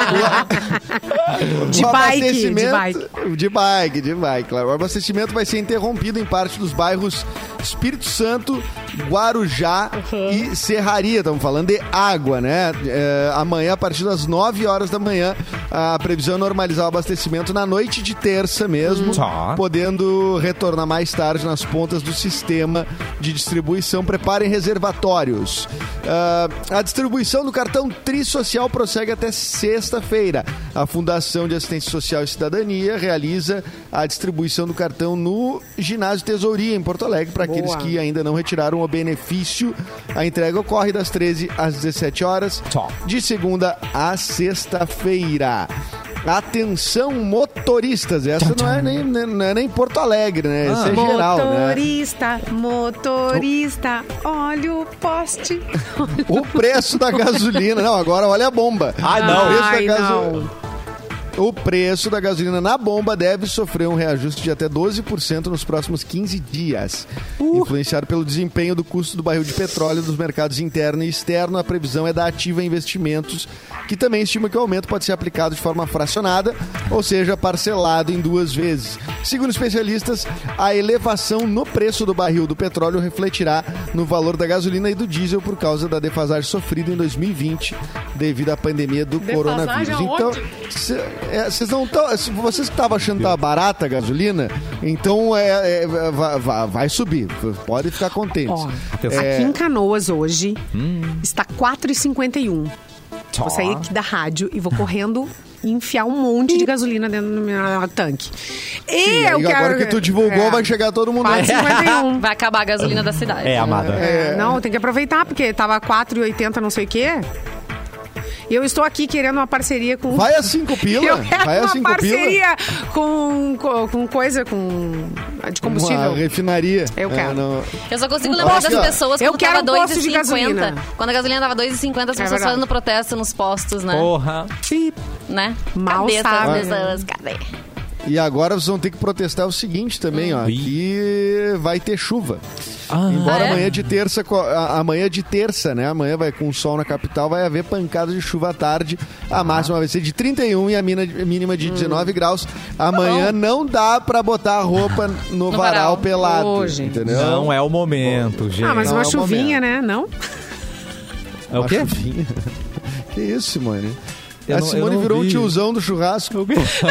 De O bike, de abastecimento- bike. De bike, de bike, claro. O abastecimento vai ser interrompido em parte dos bairros Espírito Santo, Guarujá e Serraria. Estamos falando de água, né? É, amanhã, a partir das nove horas da manhã, a previsão é normalizar o abastecimento na noite de terça mesmo, Tá. podendo retornar mais tarde nas pontas do sistema de distribuição. Preparem reservatórios. Ah, a distribuição do cartão Trisocial prossegue até sexta-feira. A Fundação de Assistência Social e Cidadania realiza a distribuição do cartão no Ginásio Tesouria, em Porto Alegre, para aqueles Boa. que ainda não retiraram o benefício. A entrega ocorre das treze às dezessete horas, Tá. de segunda a sexta-feira. Atenção, motoristas. Essa não é nem, não é nem Porto Alegre, né? Essa é geral, né? Motorista, motorista, olha o poste. O preço da gasolina. Não, agora olha a bomba. Ai, não. O preço Ai, da gaso- não. O preço da gasolina na bomba deve sofrer um reajuste de até doze por cento nos próximos quinze dias. Influenciado pelo desempenho do custo do barril de petróleo dos mercados interno e externo, a previsão é da Ativa Investimentos, que também estima que o aumento pode ser aplicado de forma fracionada, ou seja, parcelado em duas vezes. Segundo especialistas, a elevação no preço do barril do petróleo refletirá no valor da gasolina e do diesel por causa da defasagem sofrida em dois mil e vinte devido à pandemia do Defasagem coronavírus. aonde? Então, cê- é, vocês não tão, se vocês que estavam achando que tá barata a gasolina, então é, é, vai, vai- vai subir. Pode ficar contentes. Ó, É. aqui em Canoas hoje está quatro reais e cinquenta e um. Tá. Vou sair aqui da rádio e vou correndo e enfiar um monte de gasolina dentro do meu tanque. E Sim, eu aí quero... agora que tu divulgou, É. vai chegar todo mundo. quatro reais e cinquenta e um. Vai acabar a gasolina da cidade. É, amada. É, não, tem que aproveitar, porque tava quatro reais e oitenta não sei o quê. E eu estou aqui querendo uma parceria com... Vai a cinco pila. Eu quero Vai a uma cinco pila. parceria com, com, com coisa, com... de combustível. Uma refinaria. Eu quero. É, não- Eu só consigo lembrar Aqui, das ó. pessoas Eu quando quero tava um dois posto e de gasolina. cinquenta. Quando a gasolina tava dois e cinquenta, as É pessoas verdade. fazendo protesto nos postos, né? Porra. Né? Mal cadê sabe. essas pessoas? Cadê? E agora vocês vão ter que protestar o seguinte também, ó. Ui. Que vai ter chuva. Ah. Embora Ah, é? amanhã de terça, co- a- amanhã de terça, né? Amanhã vai com sol na capital, vai haver pancada de chuva à tarde. A máxima vai ser de trinta e um e a mina- mínima de dezenove graus. Amanhã não dá pra botar a roupa no, varal, varal. pelado, Ô, gente. entendeu? Não é o momento, gente. Ah, mas Não uma é o chuvinha, né? Não? É o quê? Uma chuvinha. Que isso, Simone? Eu a não- eu Simone não virou um vi. tiozão do churrasco.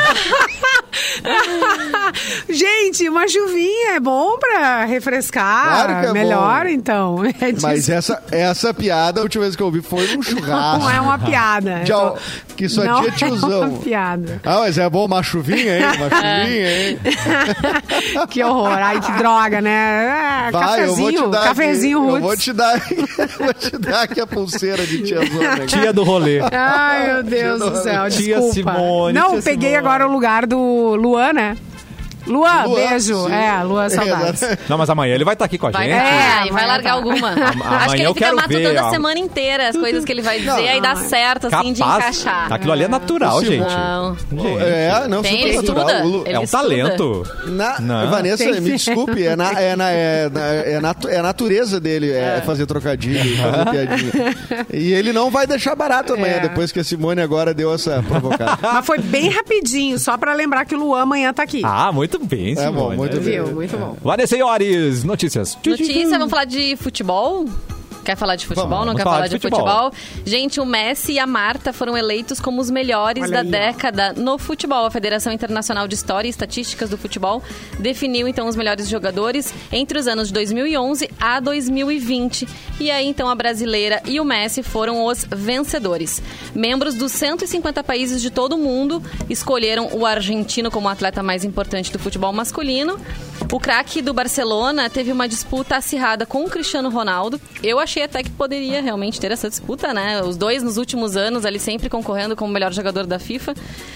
Gente, uma chuvinha é bom pra refrescar. Claro que é melhor, bom. então. É disso. Mas essa, essa piada, a última vez que eu ouvi foi num churrasco. Não é uma piada. De al- que só Não tinha tiozão. é uma piada. Ah, mas é bom uma chuvinha, hein? Uma chuvinha, hein? Que horror. Ai, que droga, né? É, Vai, eu vou te cafezinho, dar cafezinho aqui, roots. eu vou te dar, vou te dar aqui a pulseira de tiazona. aqui. Tia do rolê. Ai, meu Deus do céu, Tia desculpa. Simone, Não, tia peguei Simone. agora o lugar do Luan, né? Luan, Luan, beijo. sim. É, Luan, saudades. Não, mas amanhã ele vai estar aqui com a Vai, gente. é, e vai vai largar tá. alguma. amanhã Acho que eu ele fica quero matutando ver, a ó. semana inteira as coisas que ele vai dizer, aí dá certo, assim, de Capaz. encaixar. Aquilo ali é natural, Não. gente. Não. Gente. É, não, Tem, ele super estuda. natural. O Lu- Ele É um estuda. talento. Na, Não. Vanessa, Tem que me ser. desculpe, é, na, é, na, é, na, é, natu, é a natureza dele é, fazer trocadilho, fazer piadinha. E ele não vai deixar barato amanhã, É. depois que a Simone agora deu essa provocada. Mas foi bem rapidinho, só pra lembrar que o Luan amanhã tá aqui. Ah, muito bem, É bom, Simone. muito bem. Viu? Muito bom. Vanessa Iores, notícias. Notícia, vamos falar de futebol? Quer falar de futebol? Vamos, Não vamos quer falar falar de de futebol. futebol? Gente, o Messi e a Marta foram eleitos como os melhores Olha da aí, ó. década no futebol. A Federação Internacional de História e Estatísticas do Futebol definiu, então, os melhores jogadores entre os anos de dois mil e onze a dois mil e vinte. E aí, então, a brasileira e o Messi foram os vencedores. Membros dos cento e cinquenta países de todo o mundo escolheram o argentino como o atleta mais importante do futebol masculino. O craque do Barcelona teve uma disputa acirrada com o Cristiano Ronaldo. Eu achei até que poderia realmente ter essa disputa, né? Os dois nos últimos anos ali sempre concorrendo como o melhor jogador da FIFA.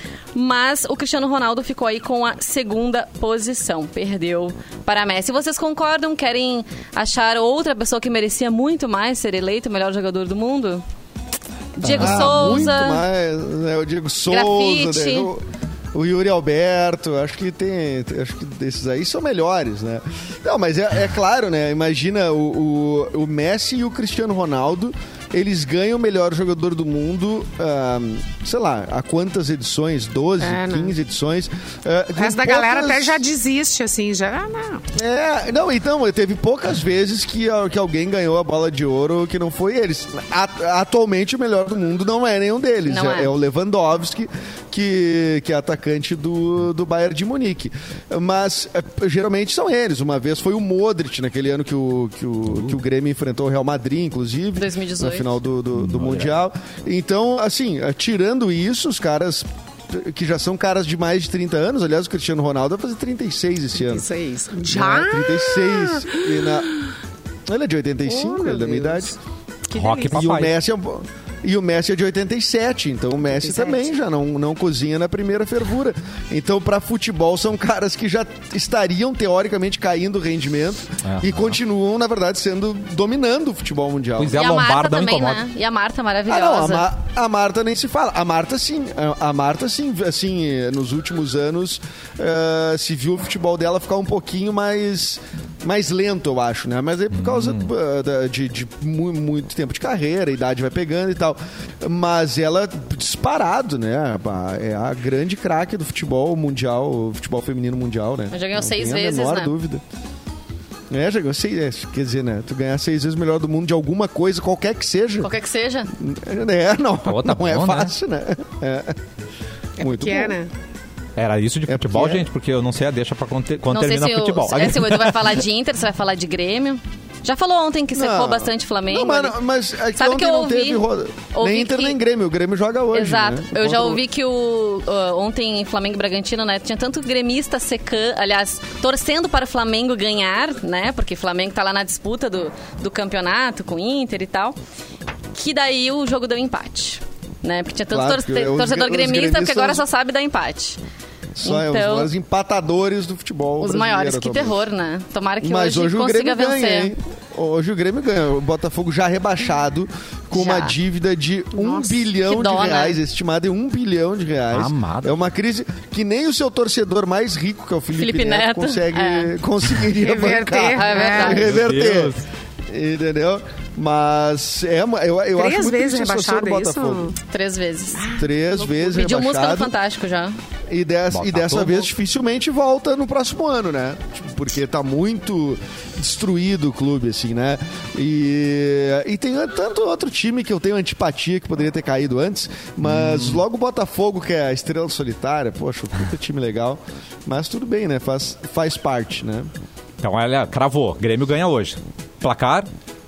Mas o Cristiano Ronaldo ficou aí com a segunda posição. Perdeu para Messi. Vocês concordam? Querem achar outra pessoa que merecia muito mais ser eleito o melhor jogador do mundo? Diego Ah, Souza. Muito mais, né? O Diego Souza, Grafite. né? o, o Yuri Alberto, acho que tem. Acho que desses aí são melhores, né? Não, mas é, é claro, né? Imagina o, o, o Messi e o Cristiano Ronaldo. Eles ganham o melhor jogador do mundo, ah, sei lá, há quantas edições? doze, É, né? quinze edições. Ah, O com resto da galera poucas- até já desiste, assim, já. Ah, não. É, não, então, teve poucas vezes que, que alguém ganhou a bola de ouro que não foi eles. A- atualmente, o melhor do mundo não é nenhum deles. Não é. é. é o Lewandowski, que, que é atacante do, do Bayern de Munique. Mas, é, geralmente, são eles. Uma vez foi o Modric, naquele ano que o, que o, que o Grêmio enfrentou o Real Madrid, inclusive. dois mil e dezoito. Na final do, do, do Mundial. Então, assim, tirando isso, os caras... que já são caras de mais de trinta anos. Aliás, o Cristiano Ronaldo vai fazer trinta e seis esse ano. Isso é isso. Já? Já? trinta e seis. E na... Ele é de oitenta e cinco, Oh, meu ele é da minha Deus. idade. Que Rock delícia. E o papai. Messi é um... E o Messi é de oitenta e sete, então o Messi oitenta e sete. também já não, não cozinha na primeira fervura. Então, para futebol, são caras que já estariam, teoricamente, caindo o rendimento Aham. e continuam, na verdade, sendo dominando o futebol mundial. Pois E é, a a Marta lombar não também, incomoda. né? E a Marta Ah, maravilhosa. não, a, Ma- a Marta nem se fala. A Marta, sim. A, a Marta, sim, assim, nos últimos anos, eh, se viu o futebol dela ficar um pouquinho mais, mais lento, eu acho, né? Mas é por causa eh, da- de, de mu- muito tempo de carreira, a idade vai pegando e tal. Mas ela, disparado, né? É a grande craque do futebol mundial, o futebol feminino mundial, né? Já ganhou Não seis tem a vezes, menor né? dúvida. É, já ganhou seis, é, quer dizer, né? Tu ganhar seis vezes o melhor do mundo de alguma coisa, qualquer que seja. Qualquer que seja. É, não, Pô, tá não é bom, né? fácil, né? É. É Muito porque bom. é, né? Era isso de É futebol, porque é. gente? Porque eu não sei a deixa pra quando, te- quando Não sei termina se futebol. o, é, se o Edu vai falar de Inter, se vai falar de Grêmio. Já falou ontem que secou Não. bastante Flamengo. Não, mas, ali. mas é que Sabe ontem que eu não ouvi- teve roda. ouvi Nem Inter que- nem Grêmio. O Grêmio joga hoje. Exato. né? Eu já Contra o- ouvi que o uh, ontem Flamengo e Bragantino, né, tinha tanto gremista secando, aliás, torcendo para o Flamengo ganhar, né, porque o Flamengo tá lá na disputa do, do campeonato com o Inter e tal, que daí o jogo deu empate, né, porque tinha tanto Claro, torce- porque os- torcedor os gremista, porque gremistas- agora só sabe dar empate. Só é os então- maiores empatadores do futebol Os brasileiro maiores, que atualmente. terror, né? Tomara que Mas hoje, hoje o consiga Grêmio vencer. ganha, hein? Hoje o Grêmio ganha. O Botafogo já rebaixado com Já. uma dívida de um Nossa, bilhão que dó, de reais, né? estimada em um bilhão de reais. Amado. É uma crise que nem o seu torcedor mais rico, que é o Felipe, Felipe Neto, Neto, consegue, é. conseguiria Reverter. bancar. Ah, é verdade. Meu Reverter. Deus. Entendeu? Mas é, uma- eu, eu acho Três muito vezes triste a situação do rebaixado, é Botafogo. isso? Três vezes. Três vezes Pediu música no rebaixado. Fantástico já. E, des- e dessa Botafogo. vez dificilmente volta no próximo ano, né? Tipo, porque tá muito destruído o clube, assim, né? E, e tem tanto outro time que eu tenho antipatia que poderia ter caído antes, mas Hum. logo o Botafogo, que é a estrela solitária, poxa, puta time legal. Mas tudo bem, né? Faz, faz parte, né? Então, olha, cravou. Grêmio ganha hoje. Placar?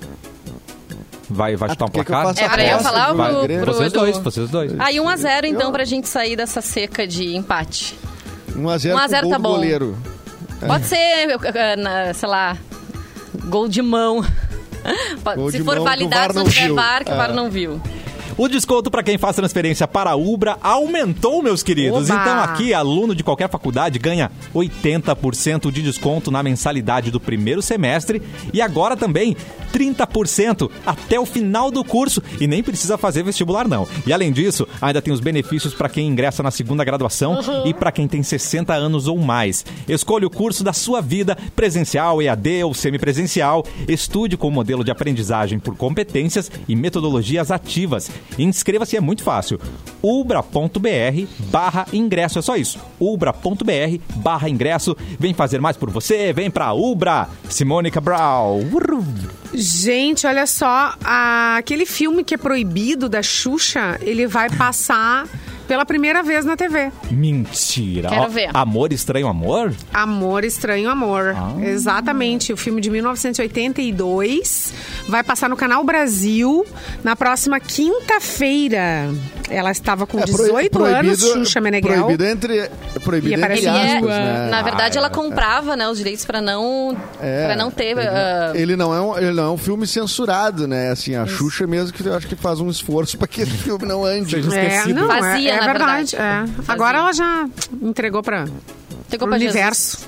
Vai, vai Ah, chutar um tu quer que eu placar? faça É pra eu aposta falar do ou pro, Grêmio? pro Vocês Edu? dois, vocês dois. Aí um a zero então Eu- pra gente sair dessa seca de empate. um a zero um a zero com tá gol do bom. goleiro. Pode ser, eh, na- sei lá, gol de mão. Pode- Gol se de for mão que o validade, V A R se não não tiver viu. V A R, que o V A R É. não viu. O desconto para quem faz transferência para a Ubra aumentou, meus queridos. Oba! Então aqui, aluno de qualquer faculdade ganha oitenta por cento de desconto na mensalidade do primeiro semestre e agora também trinta por cento até o final do curso e nem precisa fazer vestibular não. E além disso, ainda tem os benefícios para quem ingressa na segunda graduação uhum. e para quem tem sessenta anos ou mais. Escolha o curso da sua vida, presencial, E A D ou semipresencial. Estude com o modelo de aprendizagem por competências e metodologias ativas. Inscreva-se, é muito fácil. ubra.br barra ingresso, é só isso. ubra.br barra ingresso. Vem fazer mais por você, vem pra Ubra. Simone Cabral. Urru. Gente, olha só, a- aquele filme que é proibido da Xuxa, ele vai passar pela primeira vez na T V. Mentira. Quero Ó, ver. Amor, Estranho Amor? Amor, Estranho Amor. Ah. Exatamente. O filme de mil novecentos e oitenta e dois vai passar no Canal Brasil na próxima quinta-feira. Ela estava com É, pro- dezoito anos, proibido- Xuxa Meneghel. Proibido entre, proibido E entre aparece Ele é, aspas, né? na verdade, Ah, ela é. comprava, né, os direitos pra não, É, pra não ter. Ele, ah, ele não é um, ele não é um filme censurado, né? Assim, a Xuxa mesmo que eu acho que faz um esforço pra que esse filme não ande. Seja É, esquecido. não, Fazia, é, é na verdade. verdade. é. Fazia. Agora ela já entregou para Ficou o pra Jesus. universo.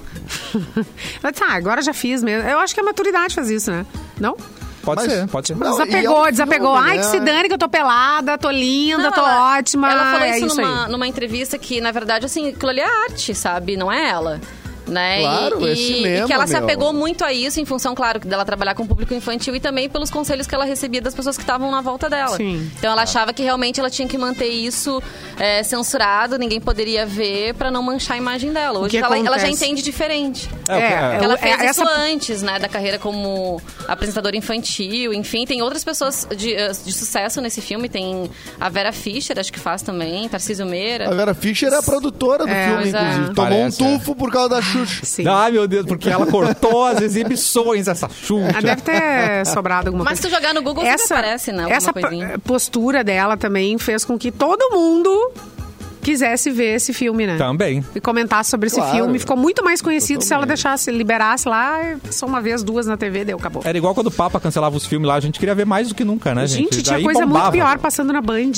Ela disse, ah, agora já fiz mesmo. Eu acho que a maturidade faz isso, né? Não? Pode Mas- ser, pode ser. Não, Desapegou, e é um desapegou. filme, Ai, né? que se dane que eu tô pelada, tô linda, Não, tô ela- ótima. Ela falou é isso, isso numa, aí. numa entrevista que, na verdade, assim, aquilo ali é arte, sabe? Não é ela. Né? Claro, e, é e- cinema, e que ela se meu. apegou muito a isso em função, claro, dela trabalhar com o público infantil e também pelos conselhos que ela recebia das pessoas que estavam na volta dela. Sim. Então ela achava que realmente ela tinha que manter isso é, censurado, ninguém poderia ver pra não manchar a imagem dela. Hoje que ela, ela já acontece? entende diferente. É, o que- É, é. Porque ela é, fez essa- isso antes, né, da carreira como apresentadora infantil, enfim, tem outras pessoas de, eh, de sucesso nesse filme, tem a Vera Fischer, acho que faz também, Tarcísio Meira. A Vera Fischer é a produtora do É, filme, pois é. inclusive. Tomou Parece, um tufo por causa da Xuxa. Sim. Ai, meu Deus, porque ela cortou as exibições, essa Xuxa. Ah, deve ter sobrado alguma Mas coisa. se tu jogar no Google, sempre aparece, né, alguma Essa coisinha. p- postura dela também fez com que todo mundo quisesse ver esse filme, né? Também. E comentar sobre esse Claro. filme. Ficou muito mais conhecido se ela Totalmente. deixasse, liberasse lá, só uma vez, duas na T V, deu, acabou. Era igual quando o Papa cancelava os filmes lá, a gente queria ver mais do que nunca, né, gente? Gente, tinha Daí coisa bombava. muito pior passando na Band.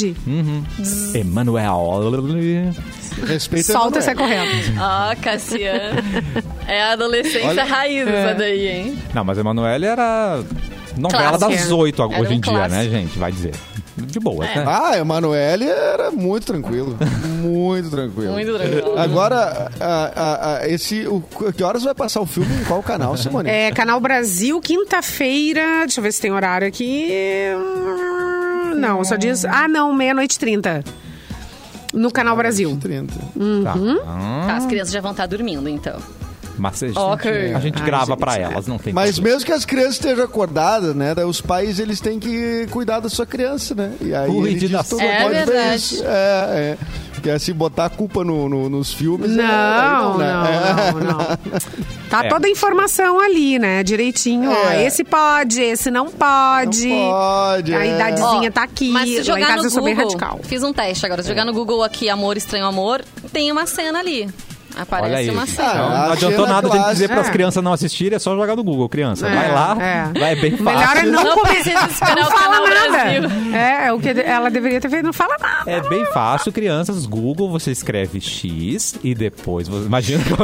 Emanuel. Respeita Solta e a sai Emanuele. correndo. Ah, Cassiano. É a adolescência Olha- raiz essa daí, hein? Não, mas Emanuele era novela Clássica. das oito Era hoje um em dia, né, clássico. gente? Vai dizer. De boa, É. né? Ah, a Emanuele era muito tranquilo. Muito tranquilo. Muito tranquilo. Agora, a- a- a- esse, o, que horas vai passar o filme em qual canal, Simone? É, Canal Brasil, quinta-feira. Deixa eu ver se tem horário aqui. Hum, Não, só diz. Ah, não, meia-noite e trinta. No Canal Brasil. trinta. Tá. Ah, Tá, as crianças já vão estar dormindo, então. mas a gente, Ok. a gente Ai, grava gente, pra é. elas, não tem Mas problema. mesmo que as crianças estejam acordadas, né? daí Os pais, eles têm que cuidar da sua criança, né? E aí Cuide ele diz, da tu sua- não É pode ver verdade. isso. É, é. Porque se botar a culpa no, no- nos filmes... é, Não, daí não, né? não, não. Tá É. toda a informação ali, né? Direitinho, ó. É. Esse pode, esse não pode. Não pode, A é. idadezinha Ó, tá aqui. Mas se Lá em jogar casa no eu sou bem Google, radical. fiz um teste agora. Se jogar no Google aqui, Amor, Estranho Amor, tem uma cena ali. Aparece Olha aí. uma Então, cena. Ah, não a adiantou cena nada a gente clássica. dizer para as É. crianças não assistirem, é só jogar no Google, criança. É, vai lá, é. vai bem O melhor é fácil. não, Não come- precisa esperar não o fala Canal nada. Brasil. É, é o que ela deveria ter feito. Não fala nada. É bem fácil, crianças. Google, você escreve X e depois... Você, imagina como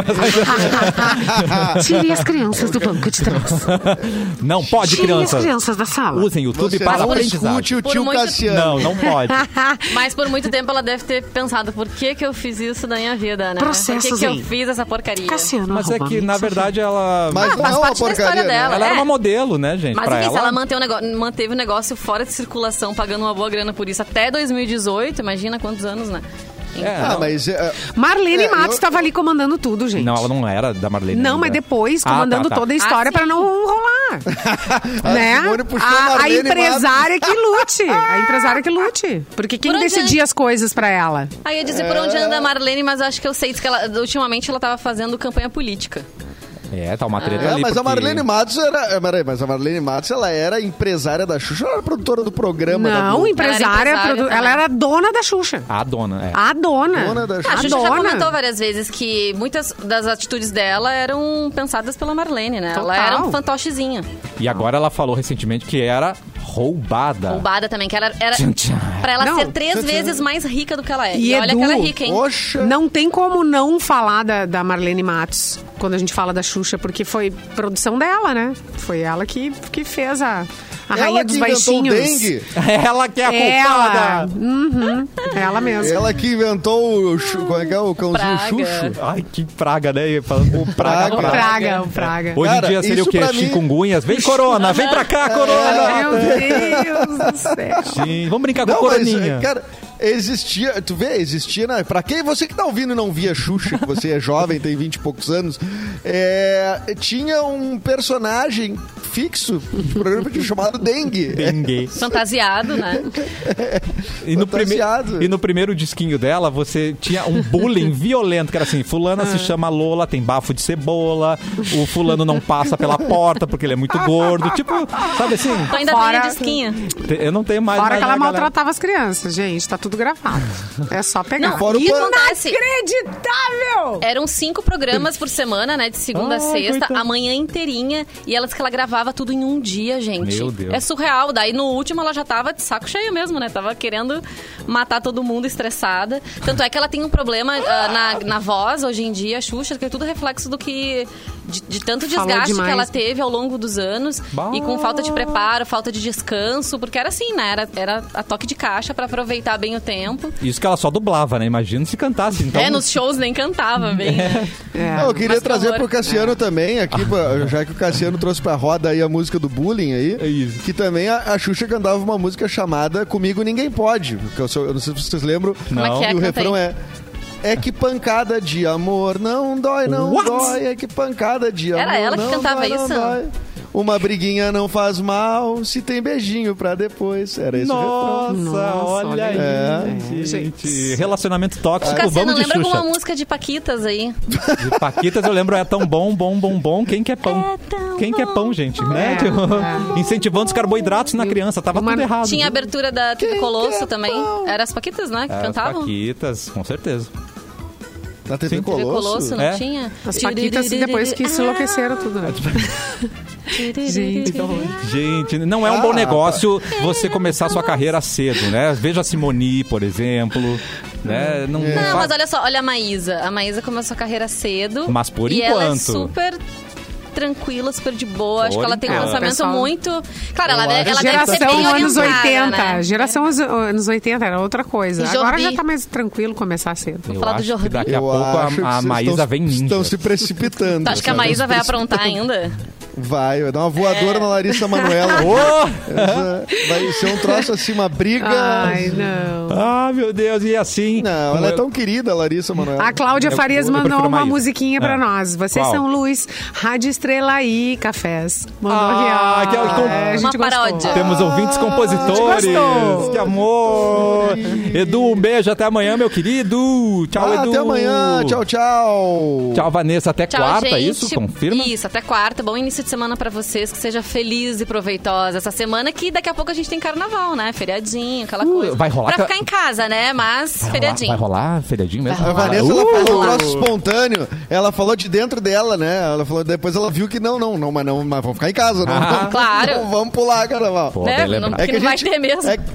Tire as crianças do banco de trás. Não pode, Tire as crianças. crianças da sala. Usem YouTube Você para não aprendizagem. escute o Por tio muito- Cassiano. Não, não pode. Mas por muito tempo ela deve ter pensado, por que que eu fiz isso na minha vida, né? Processos por que que eu aí. fiz essa porcaria? Cassiano, Mas é arroba que, na Mix verdade, ela... Mas Ah, não faz é uma parte da história porcaria, né? dela. Ela era é. uma modelo, né, gente? Mas pra enfim, se ela... ela manteve o, negócio, manteve o negócio fora de circulação, pagando uma boa grana por isso até dois mil e dezoito, imagina quantos anos, né? É, Ah, não, mas... é, Marlene É, Matos eu- estava ali comandando tudo, gente. não, ela não era da Marlene. Não, ainda. mas depois, Ah, comandando tá, tá. toda a história Ah, pra sim. não rolar. A né? Simone puxou a A, a Marlene empresária que lute. A empresária que lute. Porque quem Por onde decidia anda? as coisas pra ela? Aí eu ia dizer por onde anda a Marlene, mas eu acho que eu sei diz que ela, ultimamente ela tava fazendo campanha política. É, tá uma treta É, ali. mas a porque- Marlene Matos era. é, Peraí, mas a Marlene Matos ela era empresária da Xuxa, ela era produtora do programa da Não, Globo. empresária. Ela era empresária produ- também. Ela era dona da Xuxa. A dona, é. A dona. Dona da A A Xuxa já dona. comentou várias vezes que muitas das atitudes dela eram pensadas pela Marlene, né? Ela Total. era um fantochezinha. E agora ela falou recentemente que era Roubada. Roubada também, que ela era Tcham, tcham. pra ela Não. ser três Tcham, tcham. vezes mais rica do que ela é. E E, olha Edu, que ela é rica, hein? Poxa. Não tem como não falar da, da Marlene Matos quando a gente fala da Xuxa, porque foi produção dela, né? Foi ela que, que fez a, a Ela rainha que dos inventou o baixinhos. dengue. Ela que é a Ela. culpada. Uhum. Ela mesma. Ela que inventou o... chu- Como é que é? O cãozinho Praga. Xuxo. Ai, que praga, né? Falando o praga. O Praga, o Praga. Hoje Cara, em dia seria isso o quê? pra mim- Chikungunhas? Vem, Corona, vem pra cá, Corona. Meu Deus do céu. Sim, vamos brincar com Não, a mas, Coroninha. cara, existia, tu vê, existia, né? Pra quem, você que tá ouvindo e não via Xuxa, que você é jovem, tem vinte e poucos anos, é, tinha um personagem fixo de programa chamado Dengue. Dengue. Fantasiado, né? E no, prime... Fantasiado. e no primeiro disquinho dela, você tinha um bullying violento, que era assim, fulana se chama Lola, tem bafo de cebola, o fulano não passa pela porta porque ele é muito gordo. Tipo, sabe assim? Então ainda Fora- tem a disquinha. te- Eu não tenho mais... Fora mais que ela a galera- maltratava as crianças, gente. Tá tudo gravado. É só pegar. Não, Fora o e pan- acontece... Inacreditável! Eram cinco programas por semana, né? De segunda a Ai, sexta, coitada. a manhã inteirinha. E ela disse que ela gravava tudo em um dia, gente. Meu Deus. É surreal. Daí no último ela já tava de saco cheio mesmo, né? Tava querendo matar todo mundo estressada. Tanto é que ela tem um problema ah, na, na voz hoje em dia, a Xuxa, que é tudo reflexo do que. De, de tanto Falou desgaste demais. que ela teve ao longo dos anos. Bah. E com falta de preparo, falta de descanso. Porque era assim, né? Era, era a toque de caixa pra aproveitar bem o tempo. Isso que ela só dublava, né? Imagina se cantasse, então... É, nos shows nem cantava bem. É. Não, eu queria Mas que trazer horror. pro Cassiano também, aqui, pra- já que o Cassiano trouxe pra roda aí a música do bullying aí, É isso. que também a, a Xuxa cantava uma música chamada Comigo Ninguém Pode, que eu, sou- eu não sei se vocês lembram, Como é que é? e o Canta refrão aí. é É que pancada de amor não dói, não What? dói, é que pancada de amor Era ela que não cantava dói, não isso? dói. Uma briguinha não faz mal, se tem beijinho pra depois. Era esse o refrão. Nossa, Nossa, olha olha aí, aí, gente. gente. Relacionamento tóxico, Cassiano, vamos de lembra Xuxa. alguma música de Paquitas aí? De Paquitas eu lembro, é tão bom, bom, bom, bom. Quem quer pão? É tão Quem quer pão, bom, gente? bom. Né? É, Tipo, é. Incentivando os carboidratos na criança. Tava Uma- tudo errado. Tinha a viu? abertura da T V Colosso também. Era as Paquitas, né? Que É, as cantavam. Paquitas, com certeza. Na T V Sim. T V Colosso? Colosso, não É. tinha? As Paquitas depois que se enlouqueceram tudo, né? Gente. Gente, não é um Ah, bom negócio você começar sua carreira cedo, né? Veja a Simone, por exemplo, né? Não, É. Não, fa- mas olha só, olha a Maísa. A Maísa começou a carreira cedo. Mas por e ela é enquanto. super tranquila, super de boa. Acho Por que ela tem um enquanto. pensamento Pessoal- muito... Claro, ela, Eu deve- ela acho deve ser Geração bem anos orientada, oitenta. né? Geração anos- anos oitenta era outra coisa. E Agora Jordi. já tá mais tranquilo começar cedo. Eu falar do acho que Jordi. daqui a Eu pouco a, acho que a vocês Maísa estão- vem ninja. Estão se precipitando. Tu acha que a Maísa vai aprontar ainda? Vai, vai dar uma voadora na Larissa Manoela. Ô! Essa- Vai ser um troço assim, uma briga. Ai, não. Ah, meu Deus, e assim... Não, ela é tão querida, a Larissa Manoela. A Cláudia Eu- Farias eu mandou prefiro uma Maísa. musiquinha pra Ah. nós. Vocês Qual? são luz, Rádio Estrela aí, cafés. Mandou Ah, aqui, ó. que é o com- É, a gente Uma gostou. paródia. Temos ouvintes compositores. gostou. Que amor. Edu, um beijo. Até amanhã, meu querido. Tchau, Ah, Edu. até amanhã. Tchau, tchau. Tchau, Vanessa. Até Tchau, quarta, gente. isso? Confirma? Isso, até quarta. Bom início de semana pra vocês. Que seja feliz e proveitosa essa semana, que daqui a pouco a gente tem carnaval, né? Feriadinho, aquela Uh, coisa. vai rolar Pra ca- ficar em casa, né? Mas Vai rolar, feriadinho. vai rolar feriadinho mesmo? Vai A rolar. Vanessa, ela Uh! falou um troço espontâneo. Ela falou de dentro dela, né? Ela falou, depois ela viu que não, não, não, mas não, mas vamos ficar em casa, não. Ah. Vamos, Claro. Não, vamos pular, carnaval. Pô, Né? bem Não, lembrado. que não vai ter mesmo. É,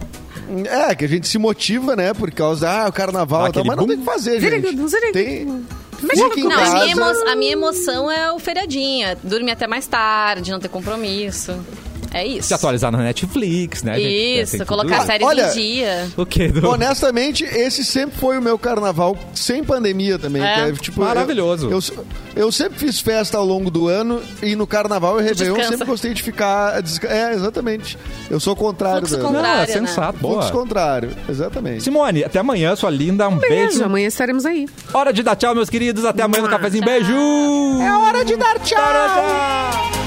é, que a gente se motiva, né? Por causa, ah, o carnaval e tal, Aquele mas não bum. tem que fazer, gente. Zirigu, zirigu. Tem... Imagina Fica em Não, a minha, casa. emo- a minha emoção é o feriadinho. É dormir até mais tarde, não ter compromisso. É isso. Se atualizar na Netflix, né, gente? Isso, Tem tudo. colocar Ah, séries olha, em dia. O quê, Edu? Honestamente, esse sempre foi o meu carnaval, sem pandemia também. É. que é, tipo, Maravilhoso. Eu, eu, eu sempre fiz festa ao longo do ano e no carnaval e Réveillon eu Descansa. sempre gostei de ficar... desca- É, exatamente. Eu sou o contrário. Fluxo da- Não, é contrário, né? sensato. Boa. Fluxo contrário, exatamente. Simone, até amanhã, sua linda. Um Beijo, beijo. amanhã estaremos aí. Hora de dar tchau, meus queridos. Até amanhã no Mua. cafezinho. Beijo. É hora de dar tchau. Tchau, tchau.